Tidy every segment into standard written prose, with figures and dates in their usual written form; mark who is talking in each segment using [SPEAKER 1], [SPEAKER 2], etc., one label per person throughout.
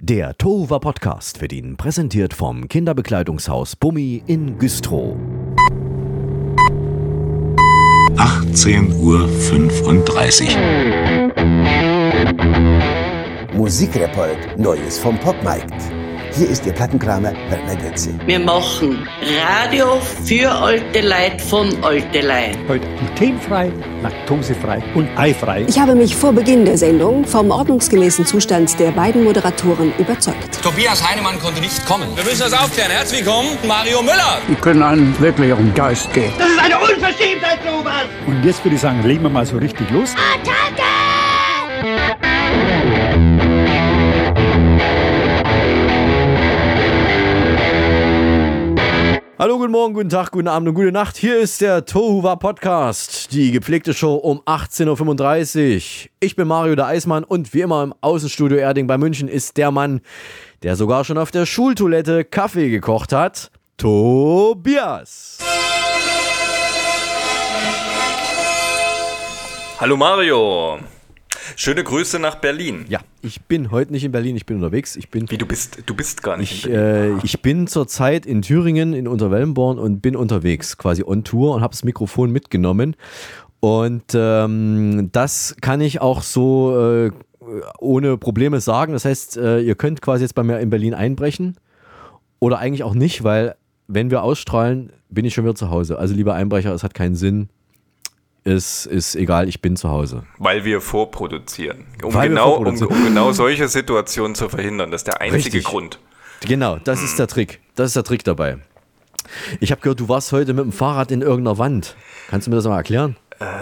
[SPEAKER 1] Der Tohuwa Podcast wird Ihnen präsentiert vom Kinderbekleidungshaus Bummi in Güstrow.
[SPEAKER 2] 18:35 Uhr.
[SPEAKER 3] Musikreport Neues vom Popmarkt. Hier ist Ihr Plattenkramer Werner Götze.
[SPEAKER 4] Wir machen Radio für alte Leute von alte Leute.
[SPEAKER 5] Heute glutenfrei, laktosefrei und eifrei.
[SPEAKER 6] Ich habe mich vor Beginn der Sendung vom ordnungsgemäßen Zustand der beiden Moderatoren überzeugt.
[SPEAKER 7] Tobias Heinemann konnte nicht kommen. Wir müssen das aufklären. Herzlich willkommen, Mario Müller.
[SPEAKER 5] Die können einen wirklich um den Geist gehen.
[SPEAKER 8] Das ist eine Unverschämtheit, Robert.
[SPEAKER 5] Und jetzt würde ich sagen, legen wir mal so richtig los.
[SPEAKER 8] Attacke!
[SPEAKER 1] Hallo, guten Morgen, guten Tag, guten Abend und gute Nacht. Hier ist der Tohuwa Podcast, die gepflegte Show um 18:35 Uhr. Ich bin Mario, der Eismann, und wie immer im Außenstudio Erding bei München ist der Mann, der sogar schon auf der Schultoilette Kaffee gekocht hat, Tobias.
[SPEAKER 9] Hallo Mario. Schöne Grüße nach Berlin.
[SPEAKER 1] Ja, ich bin heute nicht in Berlin, ich bin unterwegs.
[SPEAKER 9] Wie, du bist gar nicht in Berlin?
[SPEAKER 1] Ich bin zurzeit in Thüringen, in Unterwellenborn, und bin unterwegs, quasi on Tour, und habe das Mikrofon mitgenommen. Und das kann ich auch so ohne Probleme sagen. Das heißt, ihr könnt quasi jetzt bei mir in Berlin einbrechen oder eigentlich auch nicht, weil wenn wir ausstrahlen, bin ich schon wieder zu Hause. Also lieber Einbrecher, es hat keinen Sinn. Es ist egal, ich bin zu Hause.
[SPEAKER 9] Weil wir vorproduzieren. Um genau solche Situationen zu verhindern. Das ist der einzige
[SPEAKER 1] Richtig.
[SPEAKER 9] Grund.
[SPEAKER 1] Genau, das ist der Trick. Das ist der Trick dabei. Ich habe gehört, du warst heute mit dem Fahrrad in irgendeiner Wand. Kannst du mir das mal erklären?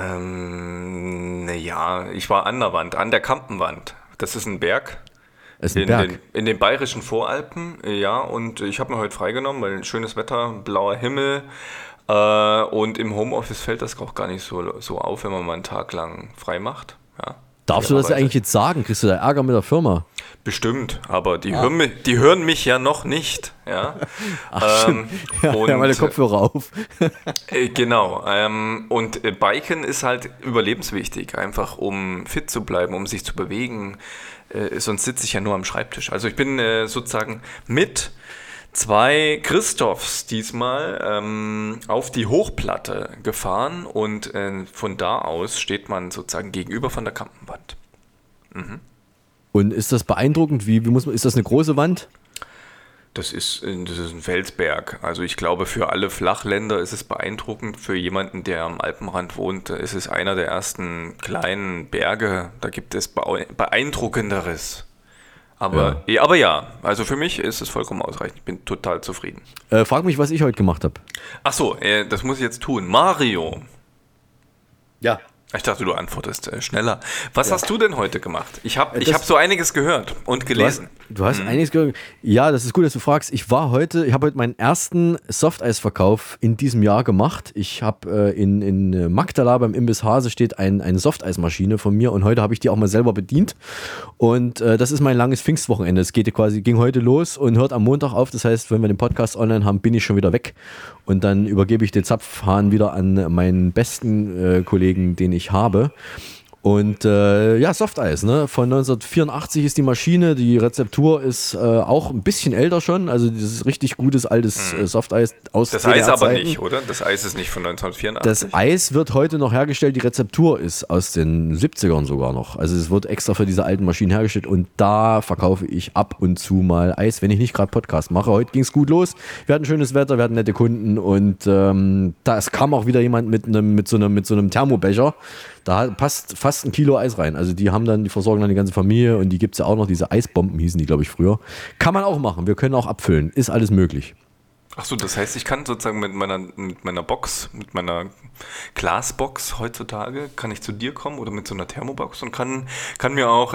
[SPEAKER 9] Ja, ich war an der Wand, an der Kampenwand. Das ist ein Berg.
[SPEAKER 1] Es ist ein Berg.
[SPEAKER 9] In den bayerischen Voralpen, ja. Und ich habe mir heute freigenommen, weil schönes Wetter, blauer Himmel. Und im Homeoffice fällt das auch gar nicht so auf, wenn man mal einen Tag lang frei macht. Ja,
[SPEAKER 1] Darfst du das eigentlich jetzt sagen? Kriegst du da Ärger mit der Firma?
[SPEAKER 9] Bestimmt, aber die hören mich ja noch nicht. Ja,
[SPEAKER 1] ja, meine Kopfhörer auf.
[SPEAKER 9] Genau. Und Biken ist halt überlebenswichtig, einfach um fit zu bleiben, um sich zu bewegen. Sonst sitze ich ja nur am Schreibtisch. Also ich bin sozusagen mit 2 Christophs diesmal auf die Hochplatte gefahren, und von da aus steht man sozusagen gegenüber von der Kampenwand. Mhm.
[SPEAKER 1] Und ist das beeindruckend? Ist das eine große Wand?
[SPEAKER 9] Das ist ein Felsberg. Also ich glaube, für alle Flachländer ist es beeindruckend. Für jemanden, der am Alpenrand wohnt, ist es einer der ersten kleinen Berge. Da gibt es Beeindruckenderes. Aber ja, also für mich ist es vollkommen ausreichend. Ich bin total zufrieden.
[SPEAKER 1] Frag mich, was ich heute gemacht habe.
[SPEAKER 9] Ach so, das muss ich jetzt tun. Mario.
[SPEAKER 1] Ja.
[SPEAKER 9] Ich dachte, du antwortest schneller. Was hast du denn heute gemacht? Ich hab so einiges gehört und gelesen.
[SPEAKER 1] Du hast einiges gehört. Ja, das ist gut, dass du fragst. Ich habe heute meinen ersten Softeisverkauf in diesem Jahr gemacht. Ich habe in Magdala beim Imbiss Hase steht eine Softeismaschine von mir, und heute habe ich die auch mal selber bedient. Und das ist mein langes Pfingstwochenende. Es ging heute los und hört am Montag auf. Das heißt, wenn wir den Podcast online haben, bin ich schon wieder weg. Und dann übergebe ich den Zapfhahn wieder an meinen besten Kollegen, den ich habe. Und Softeis, ne? Von 1984 ist die Maschine. Die Rezeptur ist auch ein bisschen älter schon. Also dieses richtig gutes altes Softeis aus
[SPEAKER 9] Das Eis aber nicht, oder? Das Eis ist nicht von 1984.
[SPEAKER 1] Das Eis wird heute noch hergestellt. Die Rezeptur ist aus den 70ern sogar noch. Also es wird extra für diese alten Maschinen hergestellt, und da verkaufe ich ab und zu mal Eis, wenn ich nicht gerade Podcast mache. Heute ging es gut los. Wir hatten schönes Wetter, wir hatten nette Kunden, und da kam auch wieder jemand mit so einem Thermobecher. Da passt fast 1 Kilo Eis rein. Also die versorgen dann die ganze Familie, und die gibt es ja auch noch. Diese Eisbomben hießen die, glaube ich, früher. Kann man auch machen. Wir können auch abfüllen. Ist alles möglich.
[SPEAKER 9] Ach so, das heißt, ich kann sozusagen mit meiner Box, mit meiner Glasbox heutzutage, kann ich zu dir kommen oder mit so einer Thermobox und kann mir auch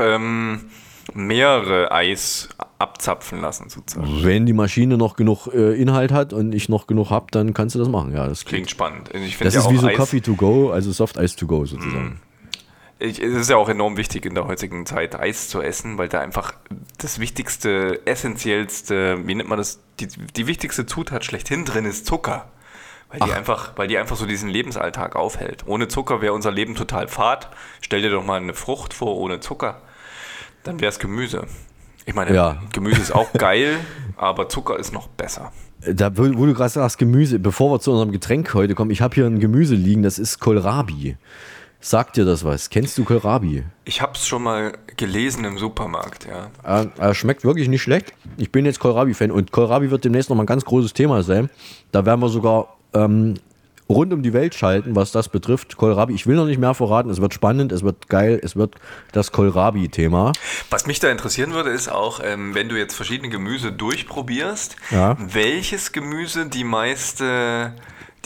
[SPEAKER 9] mehrere Eis abzapfen lassen sozusagen.
[SPEAKER 1] Wenn die Maschine noch genug Inhalt hat und ich noch genug habe, dann kannst du das machen. Ja, das
[SPEAKER 9] klingt spannend.
[SPEAKER 1] Das ist wie so Coffee to go, also Soft Eis to go sozusagen.
[SPEAKER 9] Es ist ja auch enorm wichtig in der heutigen Zeit, Eis zu essen, weil da einfach das wichtigste, essentiellste, wie nennt man das, die wichtigste Zutat schlechthin drin ist Zucker. Weil die einfach so diesen Lebensalltag aufhält. Ohne Zucker wäre unser Leben total fad. Stell dir doch mal eine Frucht vor ohne Zucker. Dann wäre es Gemüse. Ich meine, Gemüse ist auch geil, aber Zucker ist noch besser.
[SPEAKER 1] Da, wo du gerade sagst, Gemüse, bevor wir zu unserem Getränk heute kommen, ich habe hier ein Gemüse liegen, das ist Kohlrabi. Sagt dir das was? Kennst du Kohlrabi?
[SPEAKER 9] Ich habe es schon mal gelesen im Supermarkt, ja.
[SPEAKER 1] Schmeckt wirklich nicht schlecht. Ich bin jetzt Kohlrabi-Fan und Kohlrabi wird demnächst noch mal ein ganz großes Thema sein. Da werden wir sogar rund um die Welt schalten, was das betrifft. Kohlrabi, ich will noch nicht mehr verraten, es wird spannend, es wird geil, es wird das Kohlrabi-Thema.
[SPEAKER 9] Was mich da interessieren würde, ist auch, wenn du jetzt verschiedene Gemüse durchprobierst, welches Gemüse die meisten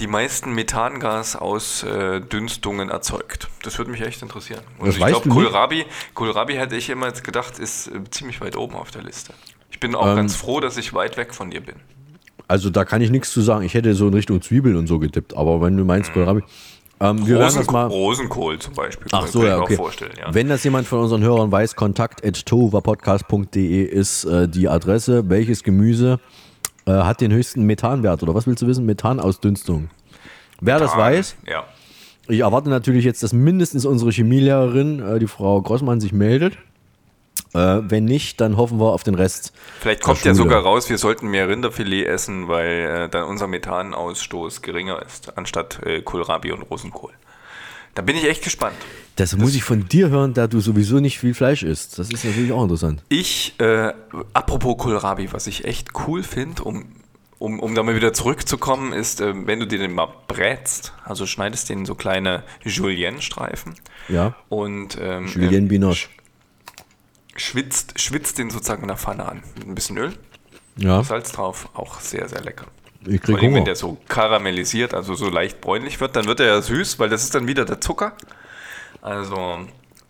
[SPEAKER 9] Methangagausdünstungen erzeugt. Das würde mich echt interessieren. Und ich glaube, Kohlrabi hätte ich immer gedacht, ist ziemlich weit oben auf der Liste. Ich bin auch ganz froh, dass ich weit weg von dir bin. Also
[SPEAKER 1] da kann ich nichts zu sagen. Ich hätte so in Richtung Zwiebeln und so getippt, aber wenn du meinst Kohlrabi... wir werden das mal
[SPEAKER 9] Rosenkohl zum Beispiel.
[SPEAKER 1] Ach so, ja, okay.
[SPEAKER 9] Vorstellen, ja.
[SPEAKER 1] Wenn das jemand von unseren Hörern weiß, kontakt@tohuwapodcast.de ist die Adresse. Welches Gemüse hat den höchsten Methanwert? Oder was willst du wissen? Methanausdünstung. Wer das weiß, ich erwarte natürlich jetzt, dass mindestens unsere Chemielehrerin, die Frau Grossmann, sich meldet. Wenn nicht, dann hoffen wir auf den Rest.
[SPEAKER 9] Vielleicht kommt ja sogar raus, wir sollten mehr Rinderfilet essen, weil dann unser Methanausstoß geringer ist, anstatt Kohlrabi und Rosenkohl. Da bin ich echt gespannt.
[SPEAKER 1] Das muss ich von dir hören, da du sowieso nicht viel Fleisch isst. Das ist natürlich auch interessant.
[SPEAKER 9] Apropos Kohlrabi, was ich echt cool finde, um da mal wieder zurückzukommen, ist, wenn du dir den mal brätst, also schneidest den in so kleine Julienne-Streifen.
[SPEAKER 1] Ja.
[SPEAKER 9] Und
[SPEAKER 1] Julienne Binoche.
[SPEAKER 9] Schwitzt den sozusagen in der Pfanne an. Mit ein bisschen Öl, Salz drauf, auch sehr, sehr lecker.
[SPEAKER 1] Ich krieg
[SPEAKER 9] Vor allem,
[SPEAKER 1] Hunger.
[SPEAKER 9] wenn der so karamellisiert, also so leicht bräunlich wird, dann wird er ja süß, weil das ist dann wieder der Zucker. Also,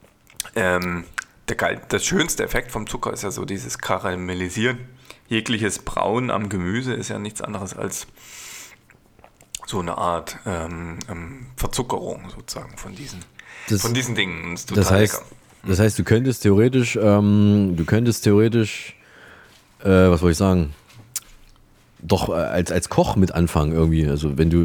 [SPEAKER 9] der schönste Effekt vom Zucker ist ja so dieses Karamellisieren. Jegliches Braun am Gemüse ist ja nichts anderes als so eine Art Verzuckerung sozusagen von diesen Dingen. Das ist total lecker.
[SPEAKER 1] Das heißt, du könntest theoretisch, was wollte ich sagen, doch als Koch mit anfangen irgendwie. Also wenn du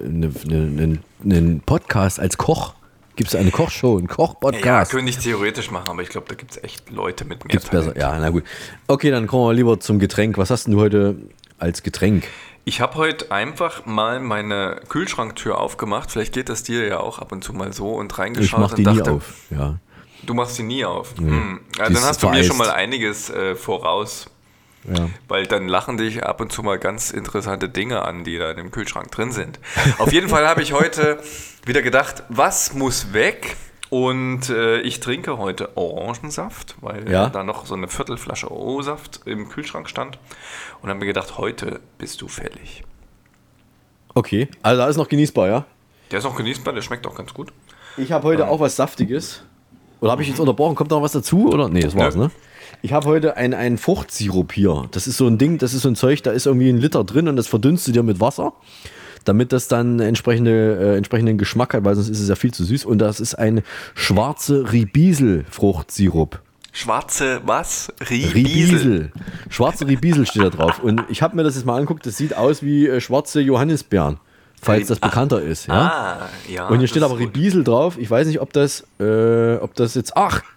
[SPEAKER 1] einen Podcast als Koch, gibt es eine Kochshow, einen Koch-Podcast.
[SPEAKER 9] Ja, könnte ich theoretisch machen, aber ich glaube, da gibt es echt Leute mit mehr
[SPEAKER 1] Gibt's Talent. Besser? Ja, na gut. Okay, dann kommen wir lieber zum Getränk. Was hast denn du heute als Getränk?
[SPEAKER 9] Ich habe heute einfach mal meine Kühlschranktür aufgemacht. Vielleicht geht das dir ja auch ab und zu mal so und reingeschaut.
[SPEAKER 1] Ich mach die nie auf, ja.
[SPEAKER 9] Du machst sie nie auf.
[SPEAKER 1] Nee.
[SPEAKER 9] Ja, dann hast du mir schon mal einiges voraus.
[SPEAKER 1] Ja.
[SPEAKER 9] Weil dann lachen dich ab und zu mal ganz interessante Dinge an, die da in dem Kühlschrank drin sind. Auf jeden Fall habe ich heute wieder gedacht, was muss weg? Und ich trinke heute Orangensaft, weil da noch so eine Viertelflasche O-Saft im Kühlschrank stand. Und habe mir gedacht, heute bist du fällig.
[SPEAKER 1] Okay, also da ist noch genießbar, ja?
[SPEAKER 9] Der ist noch genießbar, der schmeckt auch ganz gut.
[SPEAKER 1] Ich habe heute auch was Saftiges. Oder habe ich jetzt unterbrochen? Kommt da noch was dazu? Oder? Nee, das war's, ne? Ich habe heute einen Fruchtsirup hier. Das ist so ein Ding, das ist so ein Zeug, da ist irgendwie 1 Liter drin und das verdünstet dir mit Wasser, damit das dann entsprechenden Geschmack hat, weil sonst ist es ja viel zu süß. Und das ist ein schwarze Ribiesel-Fruchtsirup.
[SPEAKER 9] Schwarze was?
[SPEAKER 1] Ribiesel. Schwarze Ribiesel steht da drauf. Und ich habe mir das jetzt mal angeguckt, das sieht aus wie schwarze Johannisbeeren. Falls das bekannter ist. Ja?
[SPEAKER 9] Ja.
[SPEAKER 1] Und hier steht aber Ribiesel drauf. Ich weiß nicht, ob das jetzt.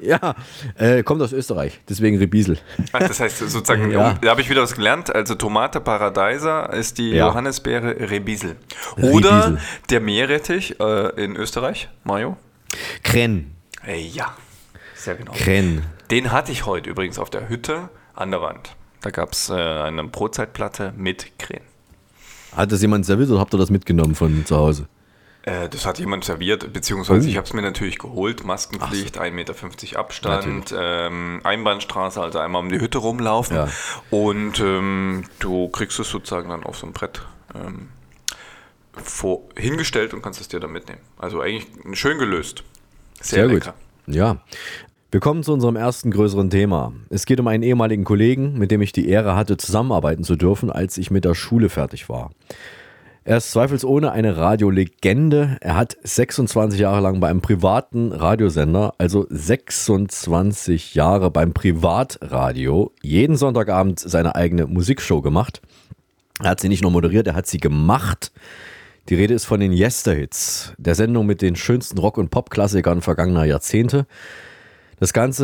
[SPEAKER 1] Kommt aus Österreich. Deswegen Ribiesel.
[SPEAKER 9] Ach, das heißt sozusagen, da habe ich wieder was gelernt. Also Tomate Paradeiser ist die Johannisbeere Ribiesel. Oder der Meerrettich in Österreich, Mario?
[SPEAKER 1] Kren.
[SPEAKER 9] Ja, sehr genau.
[SPEAKER 1] Kren.
[SPEAKER 9] Den hatte ich heute übrigens auf der Hütte an der Wand. Da gab es eine Brotzeitplatte mit Kren. Hat
[SPEAKER 1] das jemand serviert oder habt ihr das mitgenommen von zu Hause?
[SPEAKER 9] Das hat jemand serviert, beziehungsweise ich habe es mir natürlich geholt. Maskenpflicht, 1,50 Meter Abstand, Einbahnstraße, also einmal um die Hütte rumlaufen. Ja. Und du kriegst es sozusagen dann auf so ein Brett hingestellt und kannst es dir dann mitnehmen. Also eigentlich schön gelöst. Sehr lecker.
[SPEAKER 1] Gut. Ja. Wir kommen zu unserem ersten größeren Thema. Es geht um einen ehemaligen Kollegen, mit dem ich die Ehre hatte, zusammenarbeiten zu dürfen, als ich mit der Schule fertig war. Er ist zweifelsohne eine Radiolegende. Er hat 26 Jahre lang bei einem privaten Radiosender, also 26 Jahre beim Privatradio, jeden Sonntagabend seine eigene Musikshow gemacht. Er hat sie nicht nur moderiert, er hat sie gemacht. Die Rede ist von den Yesterhits, der Sendung mit den schönsten Rock- und Pop-Klassikern vergangener Jahrzehnte. Das Ganze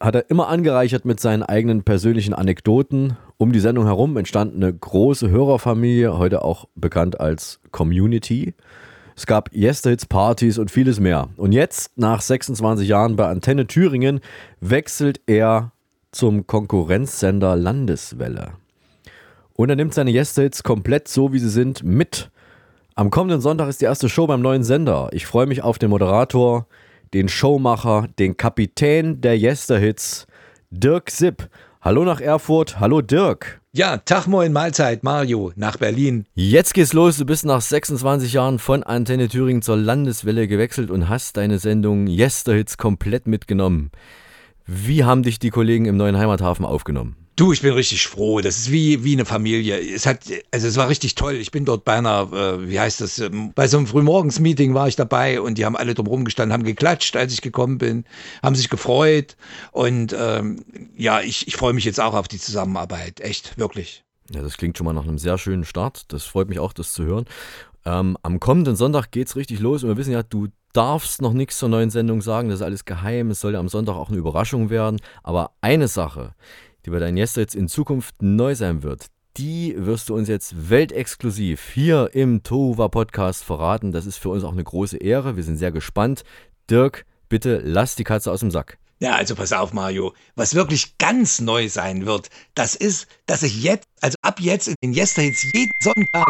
[SPEAKER 1] hat er immer angereichert mit seinen eigenen persönlichen Anekdoten. Um die Sendung herum entstand eine große Hörerfamilie, heute auch bekannt als Community. Es gab Yesterhits-Partys und vieles mehr. Und jetzt, nach 26 Jahren bei Antenne Thüringen, wechselt er zum Konkurrenzsender Landeswelle. Und er nimmt seine Yesterhits komplett so, wie sie sind, mit. Am kommenden Sonntag ist die erste Show beim neuen Sender. Ich freue mich auf den Moderator, den Showmacher, den Kapitän der Yesterhits, Dirk Sipp. Hallo nach Erfurt, hallo Dirk.
[SPEAKER 10] Ja, Tag, moin, Mahlzeit, Mario, nach Berlin.
[SPEAKER 1] Jetzt geht's los, du bist nach 26 Jahren von Antenne Thüringen zur Landeswelle gewechselt und hast deine Sendung Yesterhits komplett mitgenommen. Wie haben dich die Kollegen im neuen Heimathafen aufgenommen?
[SPEAKER 10] Du, ich bin richtig froh. Das ist wie eine Familie. Es war richtig toll. Ich bin dort bei einer, bei so einem Frühmorgens-Meeting war ich dabei und die haben alle drum rumgestanden, haben geklatscht, als ich gekommen bin, haben sich gefreut und ich freue mich jetzt auch auf die Zusammenarbeit. Echt, wirklich.
[SPEAKER 1] Ja, das klingt schon mal nach einem sehr schönen Start. Das freut mich auch, das zu hören. Am kommenden Sonntag geht's richtig los und wir wissen ja, du darfst noch nichts zur neuen Sendung sagen. Das ist alles geheim. Es soll ja am Sonntag auch eine Überraschung werden. Aber eine Sache, die bei deinen Yesterhits in Zukunft neu sein wird, die wirst du uns jetzt weltexklusiv hier im Tohuwa Podcast verraten. Das ist für uns auch eine große Ehre. Wir sind sehr gespannt. Dirk, bitte lass die Katze aus dem Sack.
[SPEAKER 10] Ja, also pass auf, Mario. Was wirklich ganz neu sein wird, das ist, dass ich ab jetzt in den Yesterhits jeden Sonntag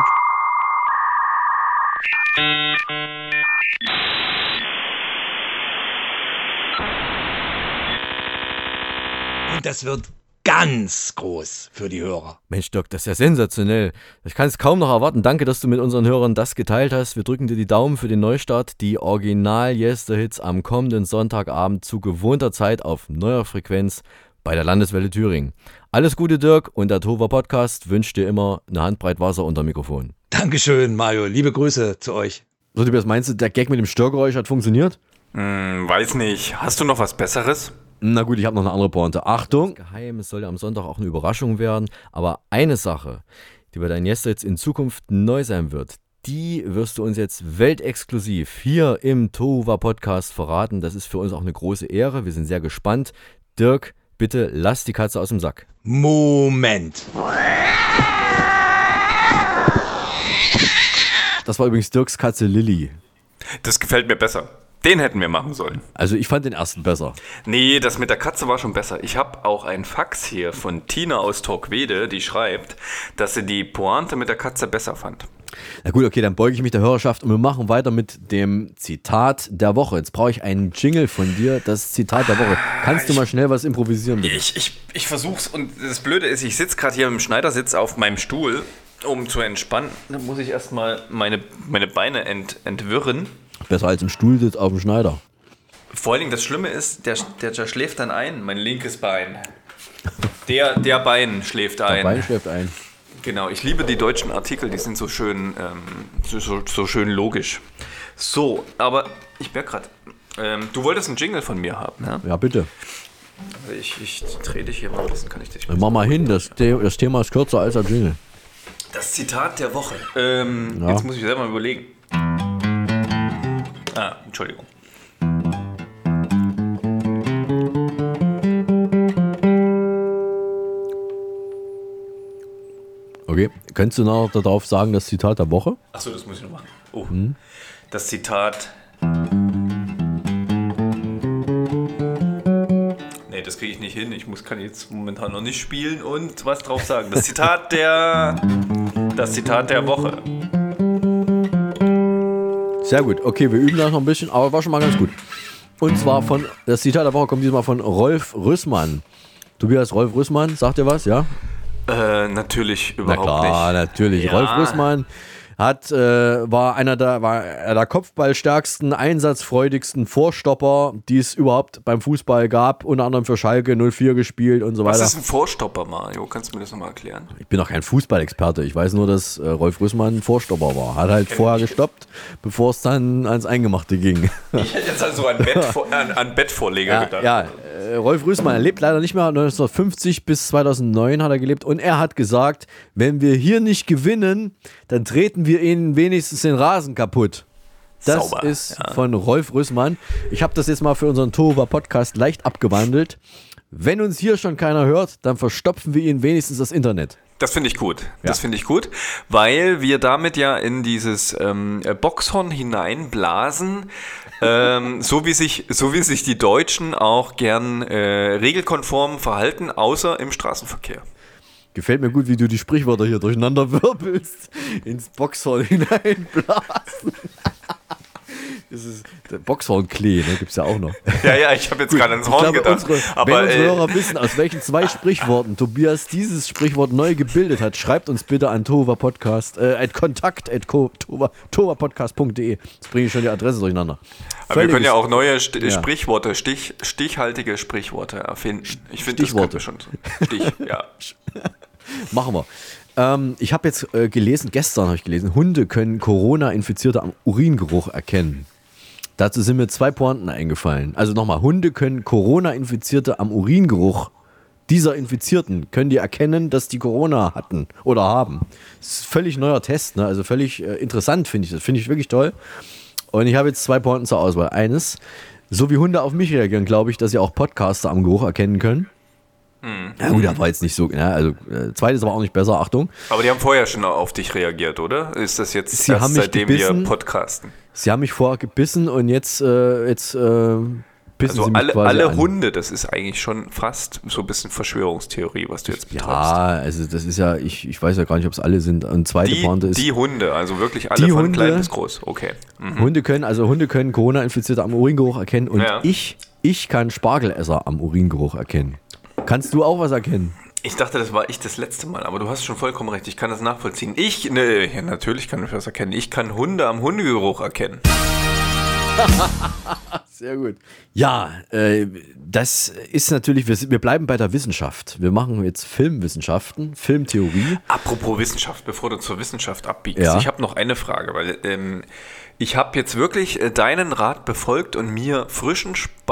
[SPEAKER 10] und das wird ganz groß für die Hörer.
[SPEAKER 1] Mensch, Dirk, das ist ja sensationell. Ich kann es kaum noch erwarten. Danke, dass du mit unseren Hörern das geteilt hast. Wir drücken dir die Daumen für den Neustart. Die Original-Yesterhits am kommenden Sonntagabend zu gewohnter Zeit auf neuer Frequenz bei der Landeswelle Thüringen. Alles Gute, Dirk, und der Tohuwa Podcast wünscht dir immer eine Handbreit Wasser unter dem Mikrofon.
[SPEAKER 10] Dankeschön, Mario. Liebe Grüße zu euch.
[SPEAKER 1] So, Tobias, meinst du, der Gag mit dem Störgeräusch hat funktioniert?
[SPEAKER 9] Weiß nicht. Hast du noch was Besseres?
[SPEAKER 1] Na gut, ich habe noch eine andere Pointe. Achtung! Geheim, es soll ja am Sonntag auch eine Überraschung werden. Aber eine Sache, die bei deinen Yesterhits in Zukunft neu sein wird, die wirst du uns jetzt weltexklusiv hier im Tohuwa Podcast verraten. Das ist für uns auch eine große Ehre. Wir sind sehr gespannt. Dirk, bitte lass die Katze aus dem Sack.
[SPEAKER 10] Moment.
[SPEAKER 1] Das war übrigens Dirks Katze Lilly.
[SPEAKER 9] Das gefällt mir besser. Den hätten wir machen sollen.
[SPEAKER 1] Also ich fand den ersten besser.
[SPEAKER 9] Nee, das mit der Katze war schon besser. Ich habe auch ein Fax hier von Tina aus Torquede, die schreibt, dass sie die Pointe mit der Katze besser fand.
[SPEAKER 1] Na gut, okay, dann beuge ich mich der Hörerschaft und wir machen weiter mit dem Zitat der Woche. Jetzt brauche ich einen Jingle von dir, das Zitat der Woche. Kannst du mal schnell was improvisieren, bitte?
[SPEAKER 9] Ich versuch's und das Blöde ist, ich sitze gerade hier im Schneidersitz auf meinem Stuhl, um zu entspannen. Dann muss ich erstmal meine Beine entwirren.
[SPEAKER 1] Besser als ein Stuhlsitz auf dem Schneider.
[SPEAKER 9] Vor allen Dingen das Schlimme ist, der schläft dann ein, mein linkes Bein. Der Bein schläft ein.
[SPEAKER 1] Der Bein schläft ein.
[SPEAKER 9] Genau, ich liebe die deutschen Artikel, die sind so schön, so schön logisch. So, aber ich merke gerade, du wolltest einen Jingle von mir haben, ne?
[SPEAKER 1] Ja, bitte.
[SPEAKER 9] Ich drehe dich hier mal ein bisschen, kann ich dich...
[SPEAKER 1] Mach mal hin, das Thema ist kürzer als der Jingle.
[SPEAKER 9] Das Zitat der Woche. Jetzt muss ich selber mal überlegen. Entschuldigung.
[SPEAKER 1] Okay, könntest du noch darauf sagen, das Zitat der Woche?
[SPEAKER 9] Achso, das muss ich noch machen. Oh. Das Zitat... Nee, das kriege ich nicht hin. Kann jetzt momentan noch nicht spielen und was drauf sagen. Das Zitat der Woche.
[SPEAKER 1] Sehr gut. Okay, wir üben das noch ein bisschen, aber war schon mal ganz gut. Und zwar das Zitat der Woche kommt diesmal von Rolf Rüssmann. Tobias, Rolf Rüssmann, sagt dir was, ja?
[SPEAKER 9] Natürlich überhaupt nicht.
[SPEAKER 1] Ja, natürlich. Ja. Rolf Rüssmann war einer der kopfballstärksten, einsatzfreudigsten Vorstopper, die es überhaupt beim Fußball gab. Unter anderem für Schalke 04 gespielt und so weiter.
[SPEAKER 9] Was ist ein Vorstopper, Mario? Kannst du mir das nochmal erklären?
[SPEAKER 1] Ich bin auch kein Fußballexperte. Ich weiß nur, dass Rolf Rüssmann ein Vorstopper war. Hat halt vorher gestoppt, bevor es dann ans Eingemachte ging.
[SPEAKER 9] Ich hätte jetzt also an Bettvorleger gedacht.
[SPEAKER 1] Ja, Rolf Rüssmann, er lebt leider nicht mehr. 1950 bis 2009 hat er gelebt. Und er hat gesagt, wenn wir hier nicht gewinnen, dann treten wir ihnen wenigstens den Rasen kaputt. Das
[SPEAKER 9] Sauber,
[SPEAKER 1] ist von Rolf Rüssmann. Ich habe das jetzt mal für unseren Tohuwa Podcast leicht abgewandelt. wenn uns hier schon keiner hört, dann verstopfen wir ihnen wenigstens das Internet.
[SPEAKER 9] Das finde ich gut. Das finde ich gut, weil wir damit ja in dieses Boxhorn hineinblasen, so wie sich die Deutschen auch gern regelkonform verhalten, außer im Straßenverkehr.
[SPEAKER 1] Gefällt mir gut, wie du die Sprichwörter hier durcheinander wirbelst, ins Boxhorn hineinblasen. Das ist der Boxhornklee, ne? Gibt es ja auch noch.
[SPEAKER 9] Ja, ich habe jetzt gerade ans Horn gedacht.
[SPEAKER 1] Wenn unsere Hörer wissen, aus welchen 2 Sprichworten Tobias dieses Sprichwort neu gebildet hat, schreibt uns bitte an kontakt@tovapodcast.de. Jetzt bringe ich schon die Adresse durcheinander.
[SPEAKER 9] Aber wir können ja auch neue Sprichworte, stichhaltige Sprichworte erfinden. Ich finde, das könnte schon so.
[SPEAKER 1] Machen wir. Ich habe jetzt gestern habe ich gelesen, Hunde können Corona-Infizierte am Uringeruch erkennen. Dazu sind mir 2 Pointen eingefallen. Also nochmal, Hunde können Corona-Infizierte am Uringeruch dieser Infizierten, können die erkennen, dass die Corona hatten oder haben. Das ist ein völlig neuer Test, ne? Also völlig interessant finde ich das. Finde ich wirklich toll. Und ich habe jetzt 2 Pointen zur Auswahl. Eines, so wie Hunde auf mich reagieren, glaube ich, dass sie auch Podcaster am Geruch erkennen können. Ja gut, das war jetzt nicht so, ja, also zweites war auch nicht besser, Achtung.
[SPEAKER 9] Aber die haben vorher schon auf dich reagiert, oder? Ist das jetzt seitdem wir podcasten?
[SPEAKER 1] Sie haben mich vorher gebissen und jetzt bissen
[SPEAKER 9] also
[SPEAKER 1] sie mich quasi
[SPEAKER 9] alle
[SPEAKER 1] an.
[SPEAKER 9] Hunde, das ist eigentlich schon fast so ein bisschen Verschwörungstheorie, was du jetzt betreibst.
[SPEAKER 1] Ja, also das ist ja, ich weiß ja gar nicht, ob es alle sind. Und zweite Pointe ist...
[SPEAKER 9] Die Hunde, also wirklich alle von klein bis groß, okay. Mhm.
[SPEAKER 1] Hunde können Corona-Infizierte am Uringeruch erkennen und ich kann Spargelesser am Uringeruch erkennen. Kannst du auch was erkennen?
[SPEAKER 9] Ich dachte, das war ich das letzte Mal, aber du hast schon vollkommen recht, ich kann das nachvollziehen. Natürlich kann ich das erkennen. Ich kann Hunde am Hundegeruch erkennen.
[SPEAKER 1] Sehr gut. Ja, das ist natürlich, wir bleiben bei der Wissenschaft. Wir machen jetzt Filmwissenschaften, Filmtheorie.
[SPEAKER 9] Apropos Wissenschaft, bevor du zur Wissenschaft abbiegst, ich habe noch eine Frage, weil ich habe jetzt wirklich deinen Rat befolgt und mir frischen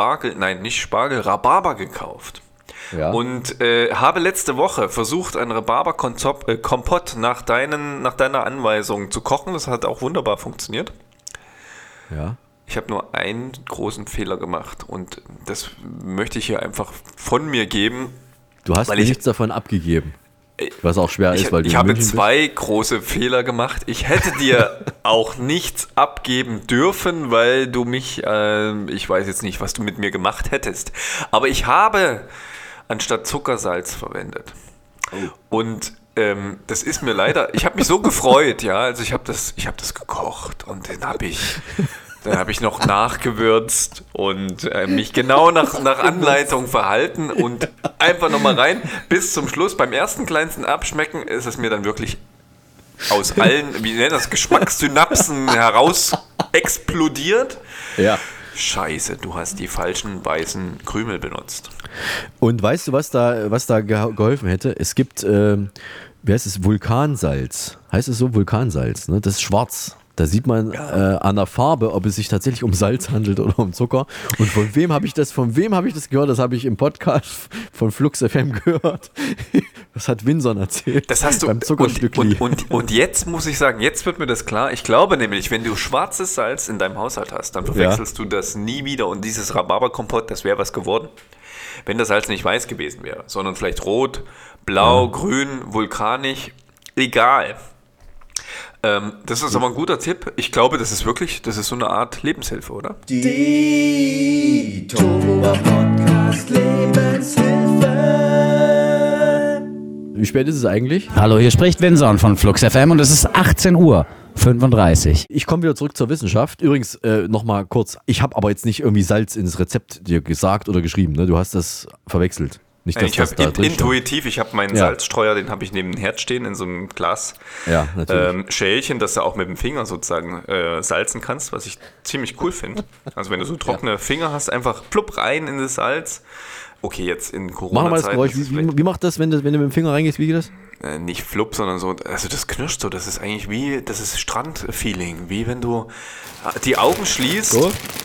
[SPEAKER 9] Rhabarber gekauft. Ja. Und habe letzte Woche versucht, einen Rhabarber-Kompott nach deiner Anweisung zu kochen. Das hat auch wunderbar funktioniert.
[SPEAKER 1] Ja.
[SPEAKER 9] Ich habe nur einen großen Fehler gemacht und das möchte ich hier einfach von mir geben.
[SPEAKER 1] Du hast mir nichts davon abgegeben. Was auch schwer ist, weil du
[SPEAKER 9] ich habe 2 große Fehler gemacht. Ich hätte dir auch nichts abgeben dürfen, weil du mich, ich weiß jetzt nicht, was du mit mir gemacht hättest. Aber ich habe anstatt Zucker Salz verwendet. Oh. Und das ist mir leider, ich habe mich so gefreut, ja, also ich habe das gekocht und dann habe ich noch nachgewürzt und mich genau nach Anleitung verhalten und einfach nochmal rein bis zum Schluss. Beim ersten kleinsten Abschmecken ist es mir dann wirklich aus allen, wie nennt das, Geschmackssynapsen heraus explodiert. Ja. Scheiße, du hast die falschen weißen Krümel benutzt.
[SPEAKER 1] Und weißt du, was da geholfen hätte? Es gibt, wie heißt es, Vulkansalz. Heißt es so, Vulkansalz, ne? Das ist schwarz. Da sieht man an der Farbe, ob es sich tatsächlich um Salz handelt oder um Zucker. Und von wem habe ich das gehört? Das habe ich im Podcast von Flux FM gehört. Das hat Winson erzählt.
[SPEAKER 9] Das hast du
[SPEAKER 1] beim Zuckerstückli.
[SPEAKER 9] Und jetzt muss ich sagen, jetzt wird mir das klar. Ich glaube nämlich, wenn du schwarzes Salz in deinem Haushalt hast, dann verwechselst du das nie wieder. Und dieses Rhabarberkompott, das wäre was geworden, wenn das Salz nicht weiß gewesen wäre, sondern vielleicht rot, blau, grün, vulkanisch, egal. Das ist aber ein guter Tipp. Ich glaube, das ist so eine Art Lebenshilfe, oder?
[SPEAKER 11] Die Tohuwa-Podcast Lebenshilfe.
[SPEAKER 1] Wie spät ist es eigentlich?
[SPEAKER 12] Hallo, hier spricht Winson von Flux FM und es ist 18:35 Uhr.
[SPEAKER 1] Ich komme wieder zurück zur Wissenschaft. Übrigens, nochmal kurz, ich habe aber jetzt nicht irgendwie Salz ins Rezept dir gesagt oder geschrieben, ne? Du hast das verwechselt. Nicht, dass
[SPEAKER 9] ich habe intuitiv, ich habe meinen Salzstreuer, den habe ich neben dem Herd stehen in so einem Glas Schälchen, dass du auch mit dem Finger sozusagen salzen kannst, was ich ziemlich cool finde. Also wenn du so trockene Finger hast, einfach plupp rein in das Salz. Okay, jetzt in Corona-Zeiten.
[SPEAKER 1] Mach mal das Geräusch. Wie macht das, wenn du mit dem Finger reingehst? Wie geht das?
[SPEAKER 9] Nicht flupp, sondern so, also das knirscht so, das ist eigentlich das ist Strandfeeling, wie wenn du die Augen schließt. So.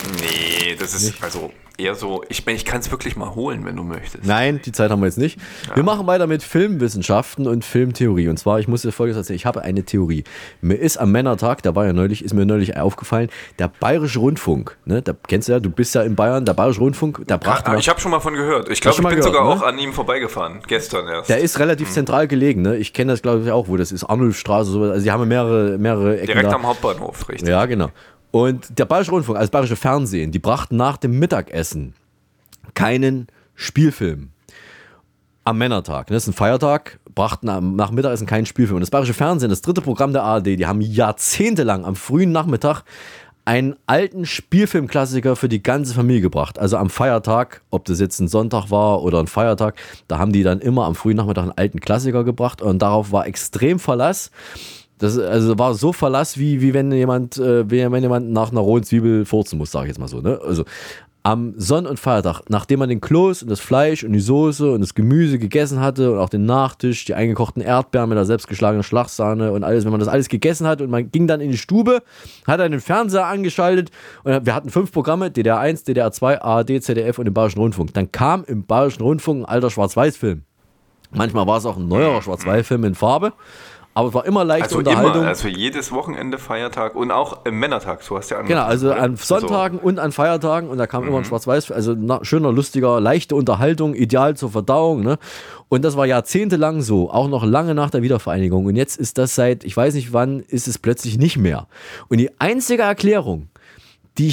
[SPEAKER 9] Nee, das ist also eher so, ich kann es wirklich mal holen, wenn du möchtest.
[SPEAKER 1] Nein, die Zeit haben wir jetzt nicht. Ja. Wir machen weiter mit Filmwissenschaften und Filmtheorie. Und zwar, ich muss dir Folgendes erzählen, ich habe eine Theorie. Mir ist am Männertag, ist mir neulich aufgefallen, der Bayerische Rundfunk, ne, da kennst du ja, du bist ja in Bayern, der Bayerische Rundfunk, der brachte...
[SPEAKER 9] ich habe schon mal von gehört. Ich glaube, ich bin sogar auch an ihm vorbeigefahren, gestern erst.
[SPEAKER 1] Der ist relativ zentral gelegen, ne? Ich kenne das, glaube ich, auch, wo das ist, Arnulfstraße, sowas. Also die haben mehrere Ecken
[SPEAKER 9] direkt
[SPEAKER 1] da.
[SPEAKER 9] Am Hauptbahnhof, richtig.
[SPEAKER 1] Ja, genau. Und der Bayerische Rundfunk, also Bayerische Fernsehen, die brachten nach dem Mittagessen keinen Spielfilm am Männertag. Das ist ein Feiertag, brachten nach Mittagessen keinen Spielfilm. Und das Bayerische Fernsehen, das dritte Programm der ARD, die haben jahrzehntelang am frühen Nachmittag einen alten Spielfilmklassiker für die ganze Familie gebracht. Also am Feiertag, ob das jetzt ein Sonntag war oder ein Feiertag, da haben die dann immer am frühen Nachmittag einen alten Klassiker gebracht und darauf war extrem Verlass. Das also war so Verlass, wie wenn jemand nach einer rohen Zwiebel furzen muss, sage ich jetzt mal so. Ne? Also am Sonn- und Feiertag, nachdem man den Kloß und das Fleisch und die Soße und das Gemüse gegessen hatte und auch den Nachtisch, die eingekochten Erdbeeren mit der selbstgeschlagenen Schlagsahne und alles, wenn man das alles gegessen hat und man ging dann in die Stube, hat einen Fernseher angeschaltet und wir hatten 5 Programme, DDR 1, DDR 2, ARD, ZDF und den Bayerischen Rundfunk. Dann kam im Bayerischen Rundfunk ein alter Schwarz-Weiß-Film. Manchmal war es auch ein neuerer Schwarz-Weiß-Film in Farbe. Aber es war immer leichte Unterhaltung.
[SPEAKER 9] Also jedes Wochenende, Feiertag und auch im Männertag, so hast du ja
[SPEAKER 1] angefangen. Genau, also an Sonntagen und an Feiertagen und da kam immer ein Schwarz-Weiß, also schöner, lustiger, leichte Unterhaltung, ideal zur Verdauung. Ne? Und das war jahrzehntelang so, auch noch lange nach der Wiedervereinigung. Und jetzt ist das seit, ich weiß nicht wann, ist es plötzlich nicht mehr. Und die einzige Erklärung, die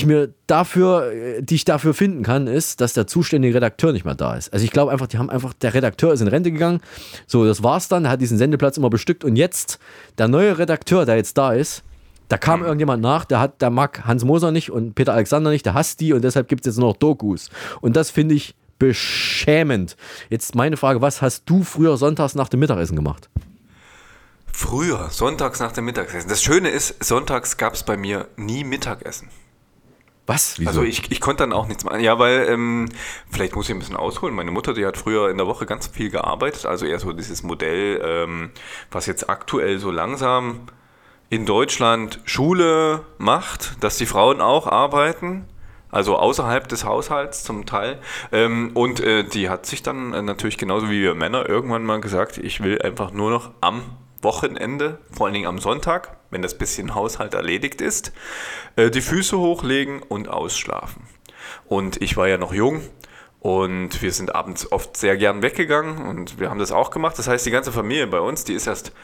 [SPEAKER 1] ich dafür finden kann, ist, dass der zuständige Redakteur nicht mehr da ist. Also ich glaube einfach, der Redakteur ist in Rente gegangen. So, das war's dann. Er hat diesen Sendeplatz immer bestückt. Und jetzt, der neue Redakteur, der jetzt da ist, da kam irgendjemand nach, der mag Hans Moser nicht und Peter Alexander nicht, der hasst die und deshalb gibt es jetzt noch Dokus. Und das finde ich beschämend. Jetzt meine Frage, was hast du früher sonntags nach dem Mittagessen gemacht?
[SPEAKER 9] Früher, sonntags nach dem Mittagessen. Das Schöne ist, sonntags gab es bei mir nie Mittagessen.
[SPEAKER 1] Was? Wieso?
[SPEAKER 9] Also ich konnte dann auch nichts machen. Ja, weil, vielleicht muss ich ein bisschen ausholen. Meine Mutter, die hat früher in der Woche ganz viel gearbeitet. Also eher so dieses Modell, was jetzt aktuell so langsam in Deutschland Schule macht, dass die Frauen auch arbeiten. Also außerhalb des Haushalts zum Teil. Und die hat sich dann natürlich genauso wie wir Männer irgendwann mal gesagt, ich will einfach nur noch am Wochenende, vor allen Dingen am Sonntag, wenn das bisschen Haushalt erledigt ist, die Füße hochlegen und ausschlafen. Und ich war ja noch jung und wir sind abends oft sehr gern weggegangen und wir haben das auch gemacht. Das heißt, die ganze Familie bei uns, die ist erst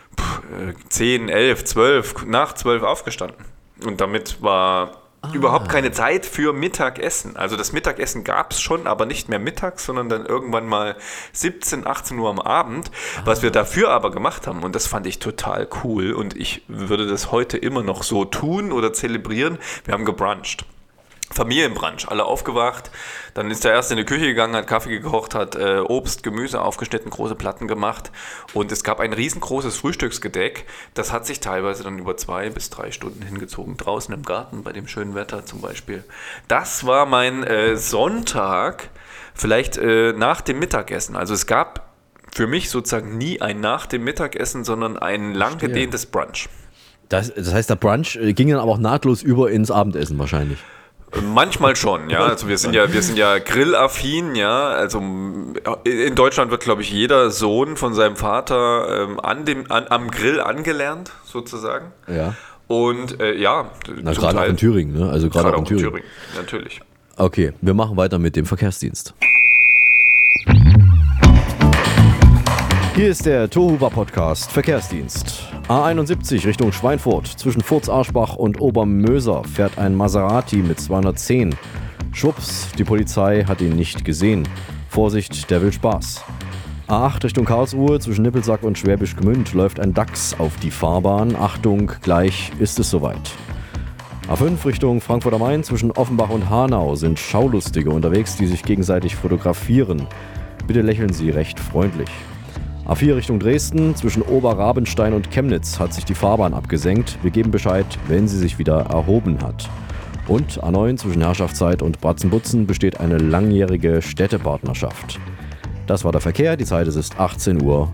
[SPEAKER 9] 10, 11, 12, nach 12 aufgestanden. Und damit war überhaupt keine Zeit für Mittagessen. Also das Mittagessen gab es schon, aber nicht mehr mittags, sondern dann irgendwann mal 17, 18 Uhr am Abend. Was wir dafür aber gemacht haben, und das fand ich total cool und ich würde das heute immer noch so tun oder zelebrieren, wir haben gebruncht. Familienbrunch, alle aufgewacht, dann ist der Erste in die Küche gegangen, hat Kaffee gekocht, hat Obst, Gemüse aufgeschnitten, große Platten gemacht und es gab ein riesengroßes Frühstücksgedeck, das hat sich teilweise dann über 2 bis 3 Stunden hingezogen, draußen im Garten, bei dem schönen Wetter zum Beispiel. Das war mein Sonntag, vielleicht nach dem Mittagessen, also es gab für mich sozusagen nie ein nach dem Mittagessen, sondern ein lang gedehntes Brunch.
[SPEAKER 1] Das heißt, der Brunch ging dann aber auch nahtlos über ins Abendessen wahrscheinlich.
[SPEAKER 9] Manchmal schon, ja. Also wir sind ja grillaffin, ja. Also in Deutschland wird, glaube ich, jeder Sohn von seinem Vater am Grill angelernt, sozusagen.
[SPEAKER 1] Ja.
[SPEAKER 9] Und ja.
[SPEAKER 1] Gerade auch in Thüringen, ne? Also gerade auch in Thüringen,
[SPEAKER 9] natürlich.
[SPEAKER 1] Okay, wir machen weiter mit dem Verkehrsdienst. Hier ist der Tohuwa-Podcast Verkehrsdienst. A71 Richtung Schweinfurt. Zwischen Furz-Arschbach und Obermöser fährt ein Maserati mit 210. Schwupps, die Polizei hat ihn nicht gesehen. Vorsicht, der will Spaß. A8 Richtung Karlsruhe. Zwischen Nippelsack und Schwäbisch Gmünd läuft ein Dachs auf die Fahrbahn. Achtung, gleich ist es soweit. A5 Richtung Frankfurt am Main. Zwischen Offenbach und Hanau sind Schaulustige unterwegs, die sich gegenseitig fotografieren. Bitte lächeln Sie recht freundlich. A4 Richtung Dresden, zwischen Oberrabenstein und Chemnitz hat sich die Fahrbahn abgesenkt. Wir geben Bescheid, wenn sie sich wieder erhoben hat. Und A9 zwischen Herrschaftszeit und Bratzenbutzen besteht eine langjährige Städtepartnerschaft. Das war der Verkehr, die Zeit ist 18:35 Uhr.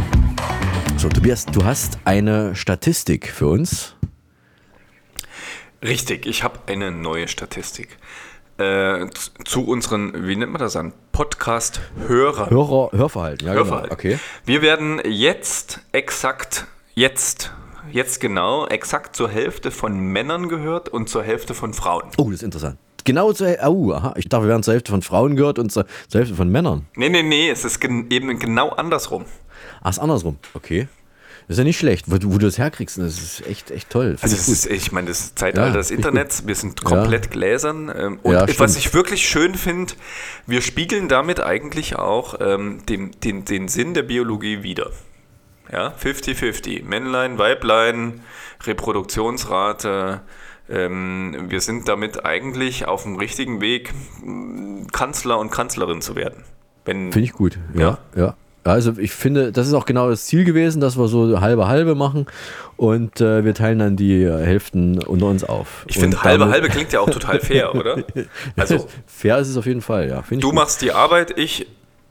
[SPEAKER 1] So, Tobias, du hast eine Statistik für uns?
[SPEAKER 9] Richtig, ich habe eine neue Statistik. Zu unseren, wie nennt man das an?
[SPEAKER 1] Hörverhalten, ja,
[SPEAKER 9] Hörverhalten.
[SPEAKER 1] Genau. Okay.
[SPEAKER 9] Wir werden jetzt genau zur Hälfte von Männern gehört und zur Hälfte von Frauen.
[SPEAKER 1] Oh, das ist interessant. Genau aha. Ich dachte, wir werden zur Hälfte von Frauen gehört und zur Hälfte von Männern.
[SPEAKER 9] Nee, es ist eben genau andersrum.
[SPEAKER 1] Ach, ist andersrum, okay. Das ist ja nicht schlecht, wo du das herkriegst. Das ist echt toll.
[SPEAKER 9] Ich meine, das Zeitalter des Internets, wir sind komplett gläsern. Und was ich wirklich schön finde, wir spiegeln damit eigentlich auch den Sinn der Biologie wider. Ja, 50-50. Männlein, Weiblein, Reproduktionsrate. Wir sind damit eigentlich auf dem richtigen Weg, Kanzler und Kanzlerin zu werden.
[SPEAKER 1] Finde ich gut, ja. Also ich finde, das ist auch genau das Ziel gewesen, dass wir so halbe machen und wir teilen dann die Hälften unter uns auf.
[SPEAKER 9] Ich finde, halbe klingt ja auch total fair, oder?
[SPEAKER 1] Also fair ist es auf jeden Fall, ja.
[SPEAKER 9] Du machst die Arbeit, ich